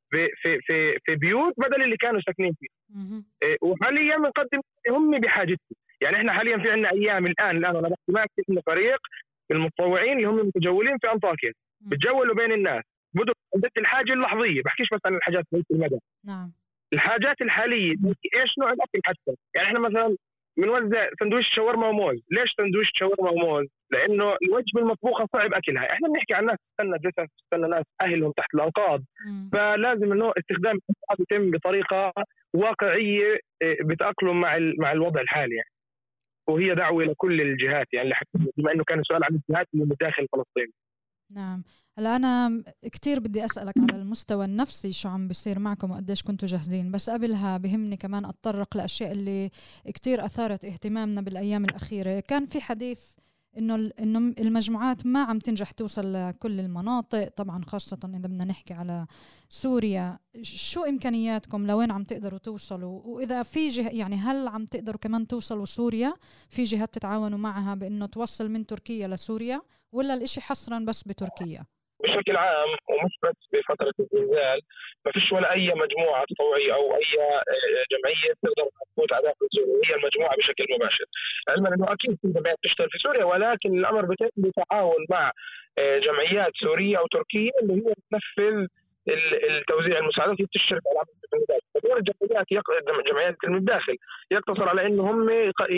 في بيوت بدل اللي كانوا ساكنين فيه. وحاليا بنقدم هم بحاجتهم. يعني احنا حاليا في عندنا ايام الان انا بحكي معك في فريق المتطوعين اللي هم متجولين في انطاكيا، بتجولوا بين الناس بدوا ضد الحاجه اللحظيه، بحكيش بس عن الحاجات بعيده المدى. نعم. الحاجات الحاليه ايش نوع الاكل حتى، يعني احنا مثلا بنوزع سندويش شاورما وموز. ليش سندويش شاورما وموز؟ لانه الوجبه المطبوخه صعب اكلها. احنا بنحكي عن ناس تستنى جثث، تستنى ناس اهلهم تحت الانقاض، فلازم انه استخدام يتم بطريقه واقعيه بتاقلم مع الوضع الحالي يعني. وهي دعوه لكل الجهات، يعني بما انه كان السؤال عن الجهات اللي من داخل فلسطين. نعم. هلا أنا كتير بدي أسألك على المستوى النفسي شو عم بيصير معكم وقديش كنتوا جاهزين، بس قبلها بهمني كمان أتطرق لأشياء اللي كتير أثارت اهتمامنا بالأيام الأخيرة. كان في حديث إنه المجموعات ما عم تنجح توصل لكل المناطق، طبعا خاصة إذا بدنا نحكي على سوريا. شو إمكانياتكم؟ لوين عم تقدروا توصلوا؟ وإذا في جهة يعني هل عم تقدروا كمان توصلوا سوريا؟ في جهات تتعاونوا معها بإنه توصل من تركيا لسوريا، ولا الإشي حصرا بس بتركيا؟ بشكل عام ومش بس بفترة الزلزال، ما فيش ولا أي مجموعة تطوعية أو أي جمعية تقدر تفوت على داخل سوريا، هي المجموعة بشكل مباشر. علما أنه أكيد في جمعيات تشتغل في سوريا، ولكن الأمر بيتم بتعاون مع جمعيات سورية أو تركية اللي هي تنفذ التوزيع المساعدات، هي بتشترك على عمل المداخل. فدور جمعيات المداخل يقتصر على أنه هم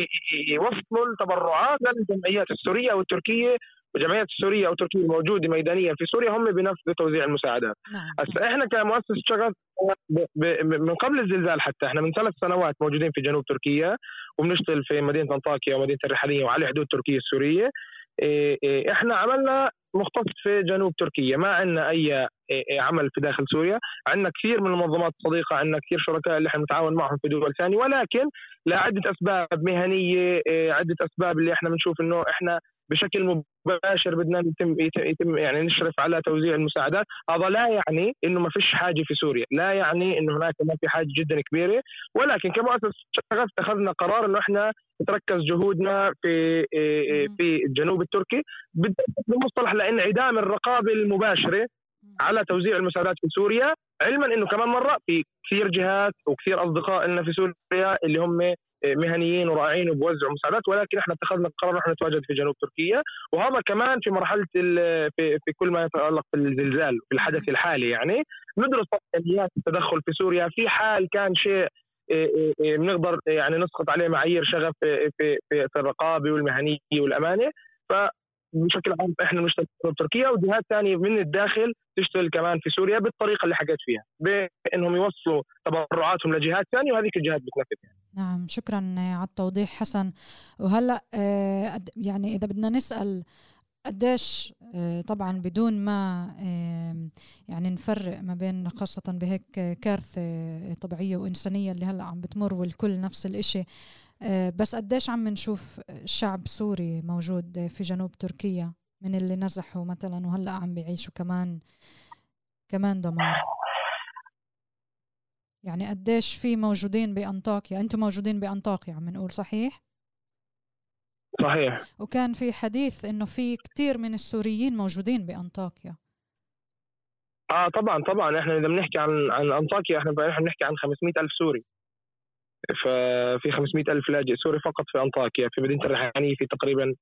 يوصلوا التبرعات للجمعيات السورية والتركية، والجمعيات السورية أو تركيا الموجودة ميدانيا في سوريا هم بنفذوا توزيع المساعدات. احنا كمؤسسة شغف من قبل الزلزال حتى احنا من 3 سنوات موجودين في جنوب تركيا، وبنشتغل في مدينة أنطاكيا ومدينة الرحالية وعلى حدود تركيا السورية. احنا عملنا مختص في جنوب تركيا، ما عندنا اي عمل في داخل سوريا. عندنا كثير من المنظمات الصديقة، عندنا كثير شركاء اللي احنا نتعاون معهم في دول ثانية، ولكن لعدة أسباب مهنية، عدة أسباب اللي احنا بنشوف انه احنا بشكل مباشر بدنا يتم يعني نشرف على توزيع المساعدات. هذا لا يعني انه ما فيش حاجه في سوريا، لا يعني انه هناك ما في حاجه جدا كبيره، ولكن كمؤسسه شغف اتخذنا قرار انه احنا نتركز جهودنا في الجنوب التركي بالمصطلح لانعدام الرقابه المباشره على توزيع المساعدات في سوريا، علما انه كمان مره في كثير جهات وكثير اصدقاء لنا في سوريا اللي هم مهنيين ورائعين وبوزعوا مساعدات، ولكن احنا اتخذنا القرار نحن نتواجد في جنوب تركيا، وهذا كمان في مرحله في كل ما يتعلق بالزلزال في الحدث الحالي. يعني ندرس امكانيات التدخل في سوريا في حال كان شيء بنقدر يعني نسقط عليه معايير شغف في الرقابه والمهنيه والامانه. فبشكل عام احنا بنشتغل في تركيا، وجهات ثانيه من الداخل تشتغل كمان في سوريا بالطريقه اللي حكيت فيها، بانهم يوصلوا تبرعاتهم لجهات ثانيه وهذيك الجهات بتنفذ. نعم، شكرا على التوضيح حسن. وهلا يعني اذا بدنا نسال قديش طبعا بدون ما يعني نفرق ما بين خاصة بهيك كارثة طبيعية وإنسانية اللي هلأ عم بتمر والكل نفس الإشي، بس قديش عم نشوف شعب سوري موجود في جنوب تركيا من اللي نزحوا مثلا وهلأ عم بيعيشوا كمان دمار؟ يعني قديش في موجودين بأنطاكيا؟ أنتم موجودين بأنطاكيا عم نقول صحيح؟ صحيح. وكان في حديث إنه في كتير من السوريين موجودين بأنطاكيا. طبعا احنا إذا بنحكي عن أنطاكيا احنا بنحكي عن 500,000 سوري، ففي 500,000 لاجئ سوري فقط في أنطاكيا. في مدينة الريحانية في تقريبا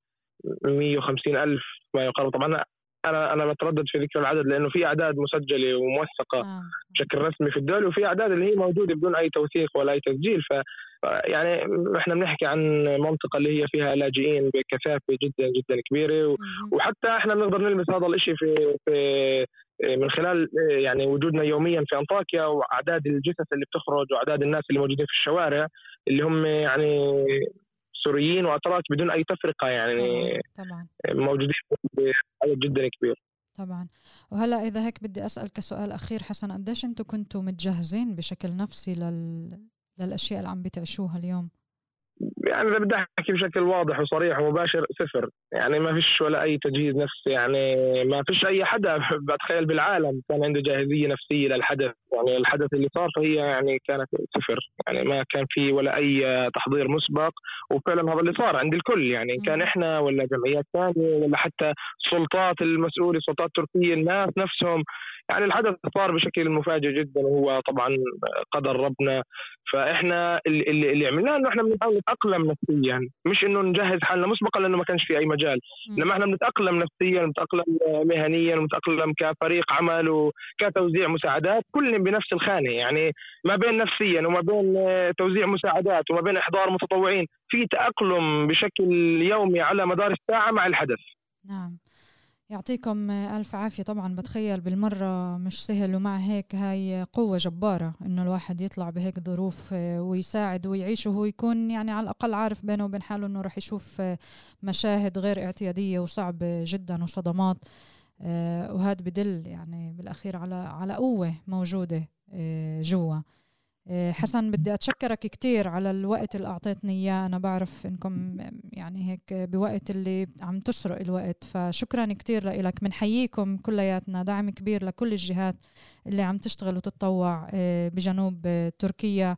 150,000 ما يقارب. طبعا أنا بتردد في ذكر العدد لأنه في أعداد مسجلة وموثقة بشكل رسمي في الدولة، وفي أعداد اللي هي موجودة بدون أي توثيق ولا أي تسجيل. يعني احنا بنحكي عن منطقة اللي هي فيها لاجئين بكثافة جدا جدا كبيرة، وحتى احنا بنقدر نلمس هذا الاشي في من خلال يعني وجودنا يوميا في أنطاكيا، وأعداد الجثث اللي بتخرج وأعداد الناس اللي موجودين في الشوارع اللي هم يعني سوريين وأتراك بدون أي تفرقة، يعني طبعا موجودين بعدد جدا كبير. طبعا. وهلا إذا هيك بدي أسأل كسؤال أخير حسن، قديش أنتم كنتوا متجهزين بشكل نفسي للأشياء اللي عم بتعيشوها اليوم؟ يعني إذا بدي أحكي بشكل واضح وصريح ومباشر، صفر. يعني ما فيش ولا أي تجهيز نفسي، يعني ما فيش أي حدا بتخيل بالعالم كان عنده جاهزية نفسية للحدث. يعني الحدث اللي صار فهي يعني كانت صفر، يعني ما كان في ولا أي تحضير مسبق. وفعلا هذا اللي صار عند الكل، يعني كان إحنا ولا جمعيات ثانية ولا حتى السلطات المسؤولة، السلطات التركية، الناس نفسهم. يعني الحدث صار بشكل مفاجئ جدا، وهو طبعا قدر ربنا. فاحنا اللي عملناه انه احنا بنحاول نتاقلم نفسيا، مش انه نجهز حالنا مسبقا لانه ما كانش في اي مجال. لما احنا بنتاقلم نفسيا، بنتاقلم مهنيا، بنتاقلم كفريق عمل وكتوزيع مساعدات، كلنا بنفس الخانه. يعني ما بين نفسيا وما بين توزيع مساعدات وما بين احضار متطوعين، في تاقلم بشكل يومي على مدار الساعه مع الحدث. نعم، يعطيكم ألف عافية. طبعا بتخيل بالمرة مش سهل، ومع هيك هاي قوة جبارة إنه الواحد يطلع بهيك ظروف ويساعد ويعيش، وهو يكون يعني على الأقل عارف بينه وبين حاله إنه رح يشوف مشاهد غير اعتيادية وصعبة جدا وصدمات، وهذا بدل يعني بالأخير على قوة موجودة جوا. حسن، بدي أتشكرك كتير على الوقت اللي أعطيتني إياه. أنا بعرف إنكم يعني هيك بوقت اللي عم تسرق الوقت، فشكرا كتير لك. منحييكم كلياتنا، دعم كبير لكل الجهات اللي عم تشتغل وتتطوع بجنوب تركيا،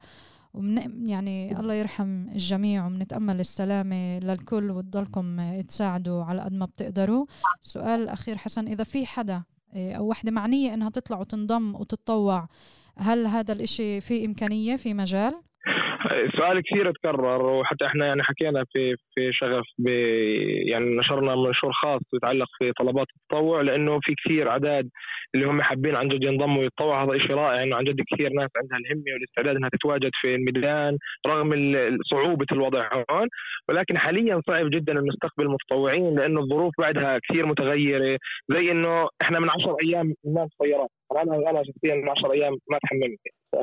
يعني الله يرحم الجميع، ومنتأمل السلامة للكل وتضلكم تساعدوا على قد ما بتقدروا. سؤال أخير حسن، إذا في حدا أو وحدة معنية إنها تطلع وتنضم وتتطوع، هل هذا الاشي في إمكانية في مجال؟ سؤال كثير تكرر، وحتى احنا يعني حكينا في شغف يعني نشرنا منشور خاص يتعلق في طلبات التطوع، لانه في كثير اعداد اللي هم حابين عن جد ينضموا ويتطوعوا. هذا شيء رائع، انه عن جد كثير ناس عندها الهمه والاستعداد انها تتواجد في الميدان رغم صعوبه الوضع هون. ولكن حاليا صعب جدا ان نستقبل متطوعين، لانه الظروف بعدها كثير متغيره. زي انه احنا من 10 ايام الناس طيارات، انا شخصيا من 10 ايام ما تحملت.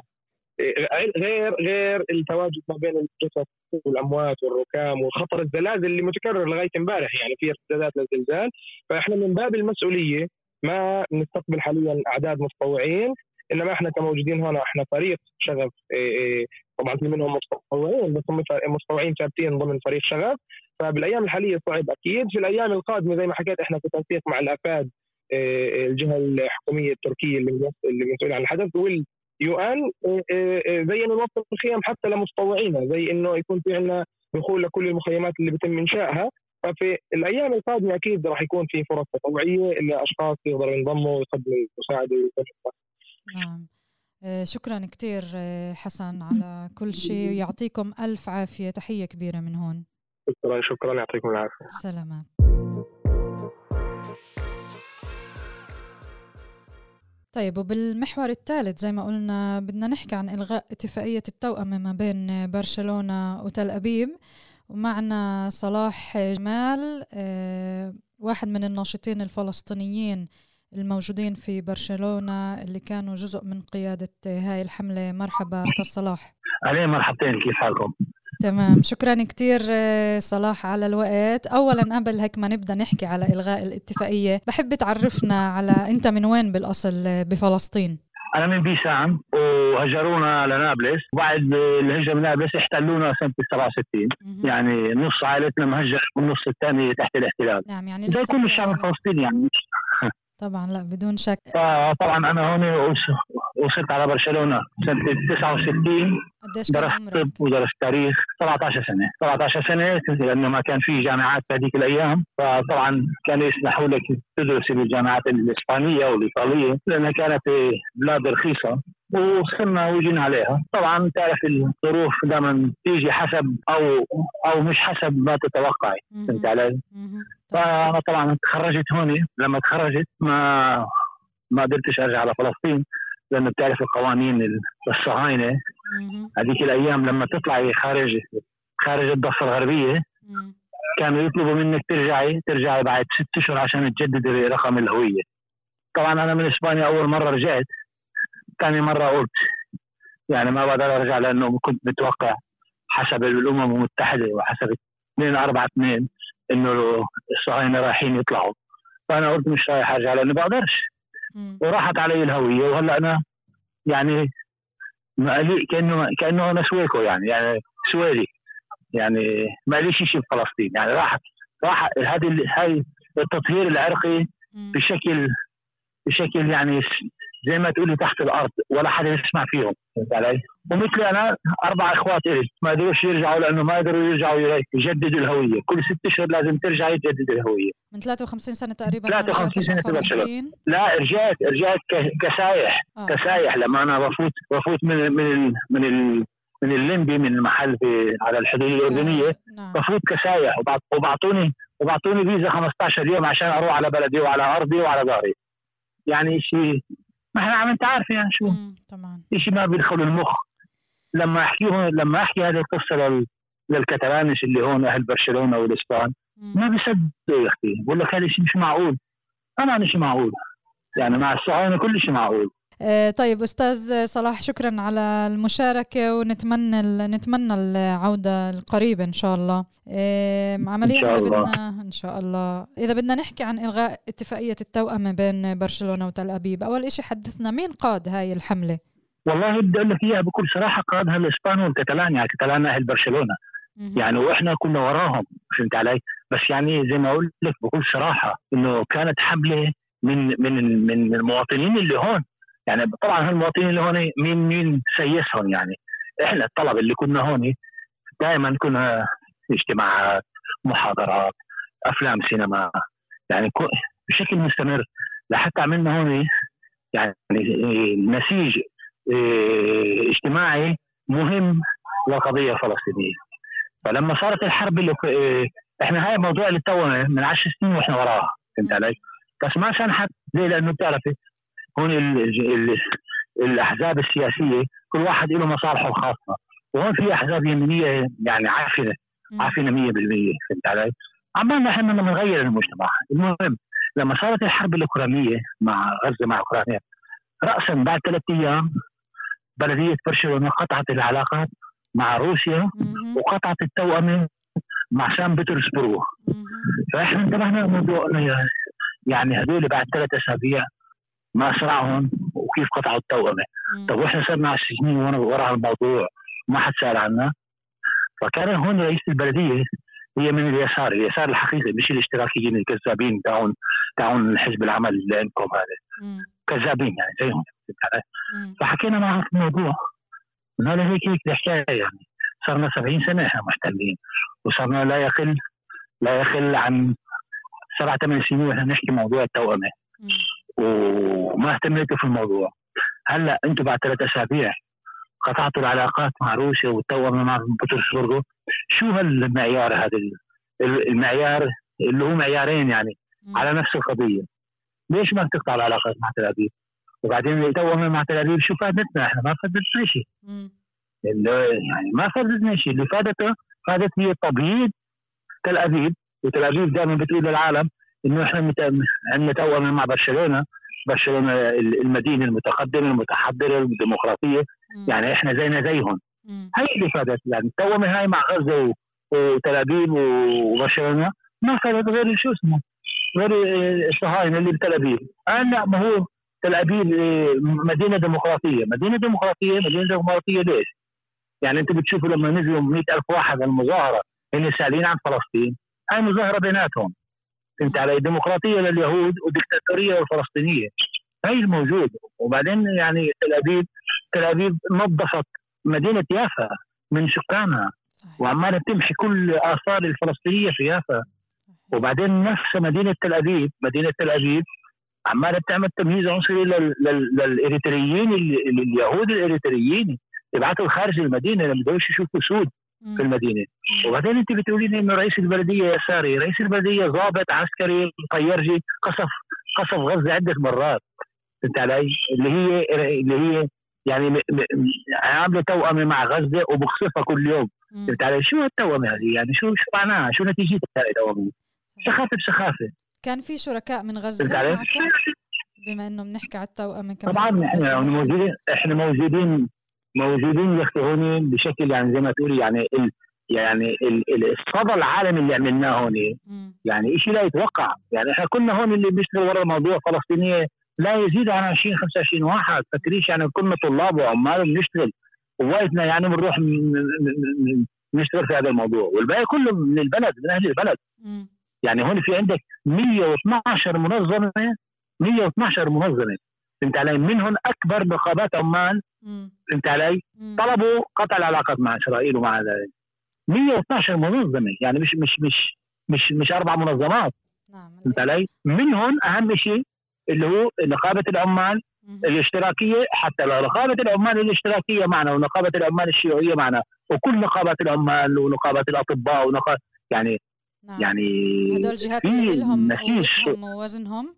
غير التواجد ما بين الجثث والاموات والركام وخطر الزلازل اللي متكرر لغايه امبارح، يعني في ارتدادات للزلزال. فاحنا من باب المسؤوليه ما نستقبل حاليا اعداد متطوعين، انما احنا كموجودين هنا احنا فريق شغف. طبعا في منهم متطوعين بس هم متطوعين ثابتين ضمن فريق شغف. فبالايام الحاليه صعب اكيد. في الايام القادمه زي ما حكيت احنا في تنسيق مع الافاد، الجهه الحكوميه التركيه اللي مسؤوله عن الحدث، UN، زي انه نوفر الخيام حتى لمتطوعين، زي انه يكون في عندنا دخول لكل المخيمات اللي بيتم انشائها ففي الأيام القادمة أكيد راح يكون في فرص تطوعية اللي أشخاص يقدروا ينضموا ويقدموا المساعدة ويقدموا. نعم. شكرا كتير حسن على كل شيء، يعطيكم ألف عافية. تحية كبيرة من هون. شكرا يعطيكم العافية. سلامات. طيب، وبالمحور الثالث زي ما قلنا بدنا نحكي عن إلغاء اتفاقية التوأمة ما بين برشلونة وتل أبيب، ومعنا صلاح جمال واحد من الناشطين الفلسطينيين الموجودين في برشلونة اللي كانوا جزء من قيادة هاي الحملة. مرحبا أستاذ صلاح. أهلا، مرحبتين، كيف حالكم؟ تمام، شكرا كتير صلاح على الوقت. أولا قبل هيك ما نبدأ نحكي على إلغاء الاتفاقية، بحب تعرفنا على أنت من وين بالأصل بفلسطين؟ أنا من بيسان، وهجرونا لنابلس، وبعد الهجرة من نابلس احتلونا سنة 67. يعني نص عائلتنا مهجر والنص الثاني تحت الاحتلال. نعم، يعني زي كل الشعب الفلسطيني يعني. طبعا، لا بدون شك. طبعا أنا هون وصلت على برشلونة سنة 69. درست طب ودرست تاريخ. 17 سنة لأنه ما كان في جامعات في هذيك الأيام، فطبعا كانوا يسمحوا لك تدرس بالجامعات الإسبانية والإيطالية لأنها كانت بلاد رخيصة، وصلنا وجينا عليها. طبعا تعرف الظروف دائما تيجي حسب أو مش حسب ما تتوقعي. فهمت علي؟ فأنا طبعا تخرجت هوني. لما تخرجت ما قدرتش أرجع على فلسطين، لأنه بتعرف القوانين الصهاينة هذيك الأيام لما تطلعي خارج الضفة الغربية كانوا يطلبوا منك ترجعي بعد 6 أشهر عشان تجدد رقم الهوية. طبعا أنا من إسبانيا أول مرة رجعت، ثاني مرة قلت يعني ما بقدر أرجع، لأنه كنت متوقع حسب الأمم المتحدة وحسب 242 إنه الصهاينة رايحين يطلعوا، فأنا قلت مش رايح أرجع لأنه بقدرش. وراحت علي الهوية، وهلأ أنا يعني كأنه أنا سويكو يعني سويدي، يعني ما ليش شيء بفلسطين. يعني راح هاي التطهير العرقي بشكل يعني زي ما تقولي تحت الأرض، ولا حدا يسمع فيهم. فهمت علي؟ ومثلي أنا 4 إخوات إلي ما قدروش يرجعوا، لأنه ما قدروا يرجعوا يجددوا الهوية. كل 6 أشهر لازم ترجع يتجدد الهوية. من 53 سنة تقريبا. 53 سنة في فلسطين. لا، رجعت كسايح لما أنا بفوت من الليمبي، من المحل على الحدود الأردنية. بفوت كسايح، وبعطوني فيزا 15 يوم عشان أروح على بلدي وعلى أرضي وعلى داري. يعني شيء ما احنا عم نتعرف يعني شو طبعا شيء ما بيدخل المخ. لما احكي هذه القصه للكتالانيش اللي هون اهل برشلونه والاسبان ما بيصدقوا يا اختي، بقول لك هذا شيء مش معقول. انا مش معقول يعني مع الصهاينه كل شيء معقول. طيب أستاذ صلاح، شكرا على المشاركة، ونتمنى العودة القريبة إن شاء الله. عمليا إن شاء الله إذا بدنا نحكي عن إلغاء اتفاقية التوأمة بين برشلونة وتل أبيب، أول إشي حدثنا مين قاد هاي الحملة؟ والله بدي أقول لك إياها بكل صراحة، قادها الإسبان والكتالان، كتالان أهل برشلونة. يعني وإحنا كنا وراهم. فهمت علي؟ بس يعني زي ما أقول لك بكل صراحة إنه كانت حملة من المواطنين اللي هون. يعني طبعا هالمواطنين اللي هون مين سيسهم؟ يعني احنا الطلبه اللي كنا هون دائما كنا اجتماعات، محاضرات، افلام، سينما، يعني بشكل مستمر لحتى عملنا هون يعني نسيج اجتماعي مهم للقضيه الفلسطينيه. فلما صارت الحرب اللي احنا هاي موضوع التوأمة من 10 سنين واحنا وراها. فهمت علي؟ بس ما سنحت زي لانه بتعرفي هون الأحزاب السياسية كل واحد له مصالحه الخاصة، وهون في أحزاب يمينية يعني عافنة 100%. فهمت علي؟ عمالنا احنا بدنا نغير المجتمع. المهم لما صارت الحرب الأوكرانية مع غزة مع أوكرانيا، رأسا بعد 3 أيام بلدية برشلونة قطعت العلاقات مع روسيا وقطعت التوأمة مع سان بطرسبرغ. فإحنا انتبهنا الموضوع يعني هذول بعد 3 أسابيع ما أسرعهم وكيف قطعوا التوأمة. طب وإحنا صرنا 10 سنين وراء الموضوع وما حد سأل عنا. فكان هون رئيس البلدية هي من اليسار الحقيقي، مش الاشتراكيين الكذابين تاعون حزب العمل اللي عندكم هذا، كذابين يعني زيهم. فحكينا معهم في الموضوع، قلنا هيك الحكاية. يعني صرنا 70 سنة إحنا محتلين، وصرنا لا يقل لا يخل عن 7-8 سنين واحنا نحكي موضوع التوأمة وما اهتميتوا في الموضوع. هلا انتم بعد 3 أسابيع قطعتوا العلاقات مع روسيا والتوأمة مع بطرسبرغ. شو هالمعيار هذا؟ المعيار اللي هو معيارين يعني على نفس القضية. ليش ما بتقطع العلاقات مع تل أبيب؟ وبعدين التوأمة مع تل أبيب شو فادتنا؟ احنا ما فادتنا شيء. يعني ما فادتنا شيء. اللي فادت هي تبييض تل أبيب. وتل أبيب دائما بتقول للعالم انه احنا عندنا توأمة مع برشلونة المدينة المتقدمة المتحضرة الديمقراطية. يعني احنا زينا زيهم. هاي اللي فادت. يعني التوأمة هاي مع غزة وتل أبيب وبرشلونة ما فادت غير شو اسمه، غير الصهاينة اللي بتل أبيب. لا، ما هو تل أبيب مدينة ديمقراطية. مدينة ديمقراطية ليش؟ يعني انت بتشوفوا لما نزلوا 100,000 واحد المظاهرة هن سالين عن فلسطين، هاي مظاهرة بيناتهم. انت على ديمقراطية لليهود وديكتاتورية للفلسطينية. هاي الموجود. وبعدين يعني تل أبيب نظفت مدينة يافا من سكانها وعمالة تمحي كل آثار الفلسطينية في يافا. وبعدين نفس مدينة تل أبيب عمالة بتعمل تمييز عنصري للإريتريين، اليهود الإريتريين تبعتوا خارج المدينة لما بدوش يشوفوا سود في المدينة. وبعدين انت بتقولين انه رئيس البلدية يساري. رئيس البلدية ضابط عسكري طيرجي قصف غزة عدة مرات. انت علي؟ اللي هي يعني عاملة توأمة مع غزة وبخصفها كل يوم. انت علي؟ شو التوأمة هذه؟ يعني شو معناها؟ شو نتيجة التوأمة؟ سخافة. كان في شركاء من غزة معكم بما انه بنحكي على التوأمة كمان؟ طبعا احنا موجودين يختهوني بشكل يعني زي ما تقولي يعني الصدى العالمي اللي عملناه هون يعني إشي لا يتوقع. يعني احنا كنا هون اللي بيشتغل ورا موضوع فلسطينية لا يزيد عن 20-25 واحد. فكريش يعني كنا طلاب وعمال بنشتغل ووقتنا يعني بنروح نشتغل في هذا الموضوع. والباقي كله من البلد، من أهل البلد. يعني هون في عندك 112 منظمة. 112 منظمة انت علي؟ منهم أكبر نقابات عمال انت علي طلبوا قطع العلاقات مع إسرائيل ومع ذلك. 112 منظمة يعني مش 4 منظمات. انت علي؟ منهم أهم شيء اللي هو نقابة العمال الاشتراكية. حتى لو نقابة العمال الاشتراكية معنا ونقابة العمال الشيوعية معنا وكل نقابات العمال ونقابات الأطباء يعني هدول جهات اللي لهم قوتهم ووزنهم.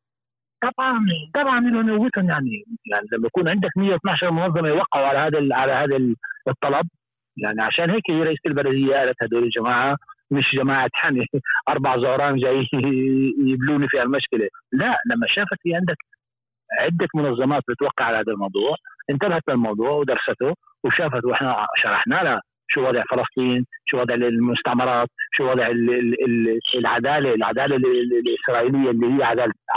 طبعا لهم قوتهم. يعني لما يكون عندك 112 منظمة يوقعوا على هذا الطلب. يعني عشان هيك هي رئيسة البلدية قالت هدول الجماعة مش جماعة حني 4 زهران جاي يبلوني في المشكلة. لا، لما شافت في عندك عدة منظمات بتوقع على هذا الموضوع انتبهت للموضوع ودرسته وشافت. واحنا شرحنا لها شو وضع فلسطين، شو وضع المستعمرات، شو وضع العدالة الإسرائيلية اللي هي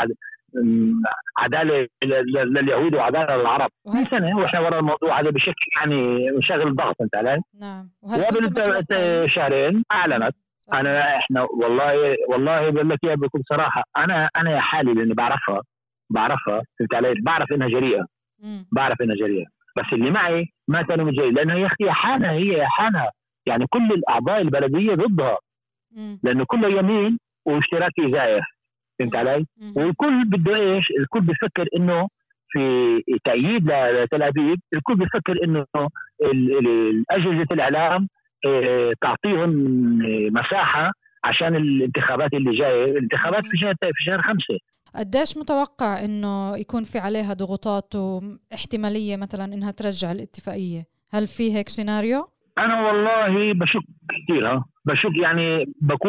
عدالة لليهود وعدالة للعرب. من سنة واحنا ورا الموضوع هذا بشكل يعني مشغل ضغط. انت علي؟ نعم. وقبل شهرين اعلنت. احنا والله بقول لك يا بكل صراحة انا يا حالي لاني بعرفها انت علي؟ بعرف انها جريئة. بس اللي معي ما كانوا مجرئين لانه يا اخي هي حالها يعني كل الاعضاء البلدية ضدها لانه كله يمين واشتراكي زائف. انت علي؟ والكل بده ايش؟ الكل بيفكر انه في تأييد لتل أبيب. الكل بيفكر انه أجهزة الإعلام تعطيهم مساحة عشان الانتخابات اللي جاية. الانتخابات في شهر 5. قديش متوقع انه يكون في عليها ضغوطات واحتمالية مثلا انها ترجع الاتفاقية؟ هل في هيك سيناريو؟ انا والله بشك كثير. بشك يعني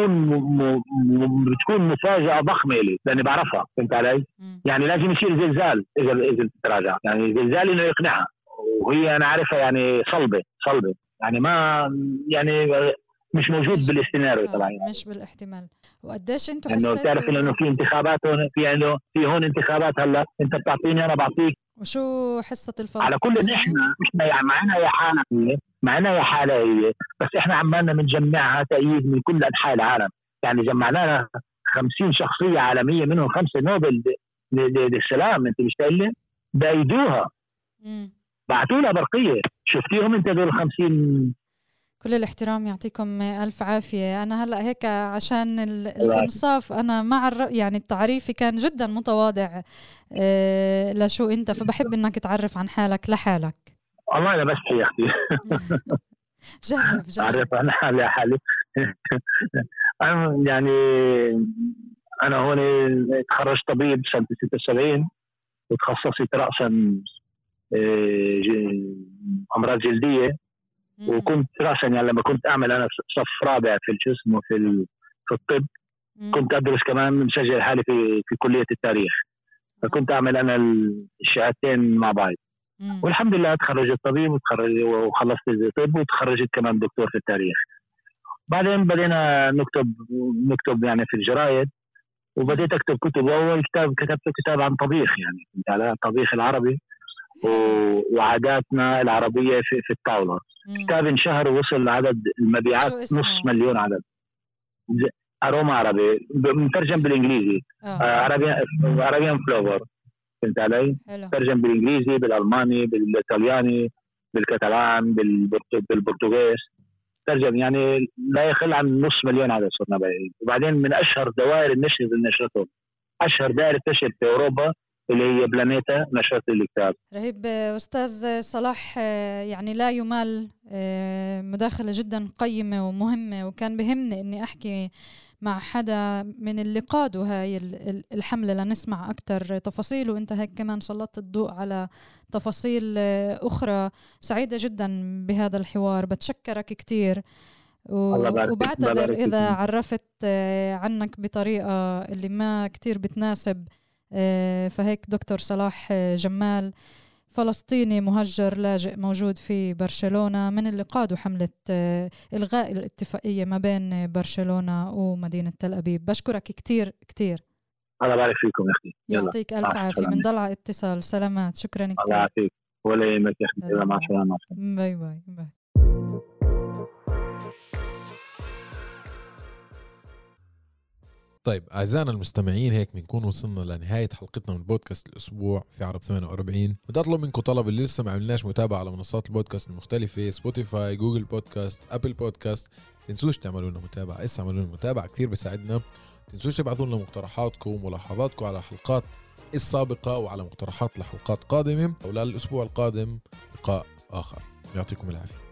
بتكون مفاجأة ضخمة لي لاني بعرفها. فهمت علي؟ يعني لازم يصير زلزال اذا تراجع. يعني زلزال انه يقنعها. وهي انا عارفها يعني صلبة يعني ما يعني مش موجود بالسيناريو طبعا. مش بالاحتمال. وقديش انتوا حسيتوا انه تعرف انه في انتخابات هون في هون انتخابات هلا انت بتعطيني انا بعطيك. وشو حصة الفلسطينيين؟ على كل احنا يعني معنا يا حالة هي بس احنا عمالنا بنجمعها تأييد من كل انحاء العالم. يعني جمعنا 50 شخصية عالمية منهم 5 نوبل للسلام. انت مش تقول بأيدوها بعتوا لها برقية. شفتيهم انت دول 50 كل الاحترام، يعطيكم ألف عافية. أنا هلأ هيك عشان الإنصاف أنا مع يعني تعريفي كان جدا متواضع لشو أنت، فبحب إنك تعرف عن حالك لحالك. والله أنا بس يا أختي جرب أعرف عن حالي يعني أنا هون تخرجت طبيب سنة 76 وتخصصت رأسا أمراض جلدية. وكنت رأسا يعني لما كنت أعمل أنا صف رابع في الجسم وفي الطب كنت أدرس كمان مسجل حالي في كلية التاريخ، فكنت أعمل أنا الشهادتين مع بعض. والحمد لله تخرجت طبيب وخلصت الطب وتخرجت كمان دكتور في التاريخ. بعدين بدينا نكتب يعني في الجرايد، وبديت أكتب كتب. أول كتاب كتبته كتاب عن طبيخ، يعني كنت على الطبيخ العربي وعاداتنا العربية في الطاولة. كتاب انشهر ووصل لعدد المبيعات 500,000 عدد. أروما عربي مترجم بالإنجليزي، عربيان فلوفر، فهمت علي؟ ترجم بالإنجليزي، بالألماني، بالإيطالياني، بالكتالان، بالبرتغيز، ترجم يعني لا يقل عن 500,000 عدد صرنا بايعين. وبعدين من أشهر دوائر النشر اللي نشرته، أشهر دائرة نشر في أوروبا اللي هي بلانيتا، نشرت الكتاب. رهيب أستاذ صلاح، يعني لا يمال، مداخلة جدا قيمة ومهمة، وكان بهمني أني أحكي مع حدا من اللي قادوا هاي الحملة لنسمع أكتر تفاصيل، وإنت هيك كمان سلطت الضوء على تفاصيل أخرى. سعيدة جدا بهذا الحوار، بتشكرك كتير، وبعتذر إذا عرفت عنك بطريقة اللي ما كتير بتناسب. فهيك دكتور صلاح جمال، فلسطيني مهجر لاجئ موجود في برشلونة، من اللي قادوا حملة إلغاء الاتفاقية ما بين برشلونة ومدينة تل أبيب. بشكرك كتير كتير. الله يبارك فيكم يا أختي. يعطيك ألف عافية. من ضلع اتصال. سلامات. شكرا كتير. الله يعافيك. ولا يهمك يا أختي. مع السلامة. باي باي باي. طيب أعزائنا المستمعين، هيك بنكون وصلنا لنهاية حلقتنا من بودكاست الأسبوع في عرب 48. بدي أطلب منكم طلب، اللي لسه ما عملناش متابعة على منصات البودكاست المختلفة، سبوتيفاي، جوجل بودكاست، أبل بودكاست، تنسوش تعملوا لنا متابعة. عملوا لنا متابعة كثير بيساعدنا. تنسوش تبعثوا لنا مقترحاتكم وملاحظاتكم على الحلقات السابقة وعلى مقترحات لحلقات قادمة، أو للأسبوع القادم لقاء آخر. يعطيكم العافية.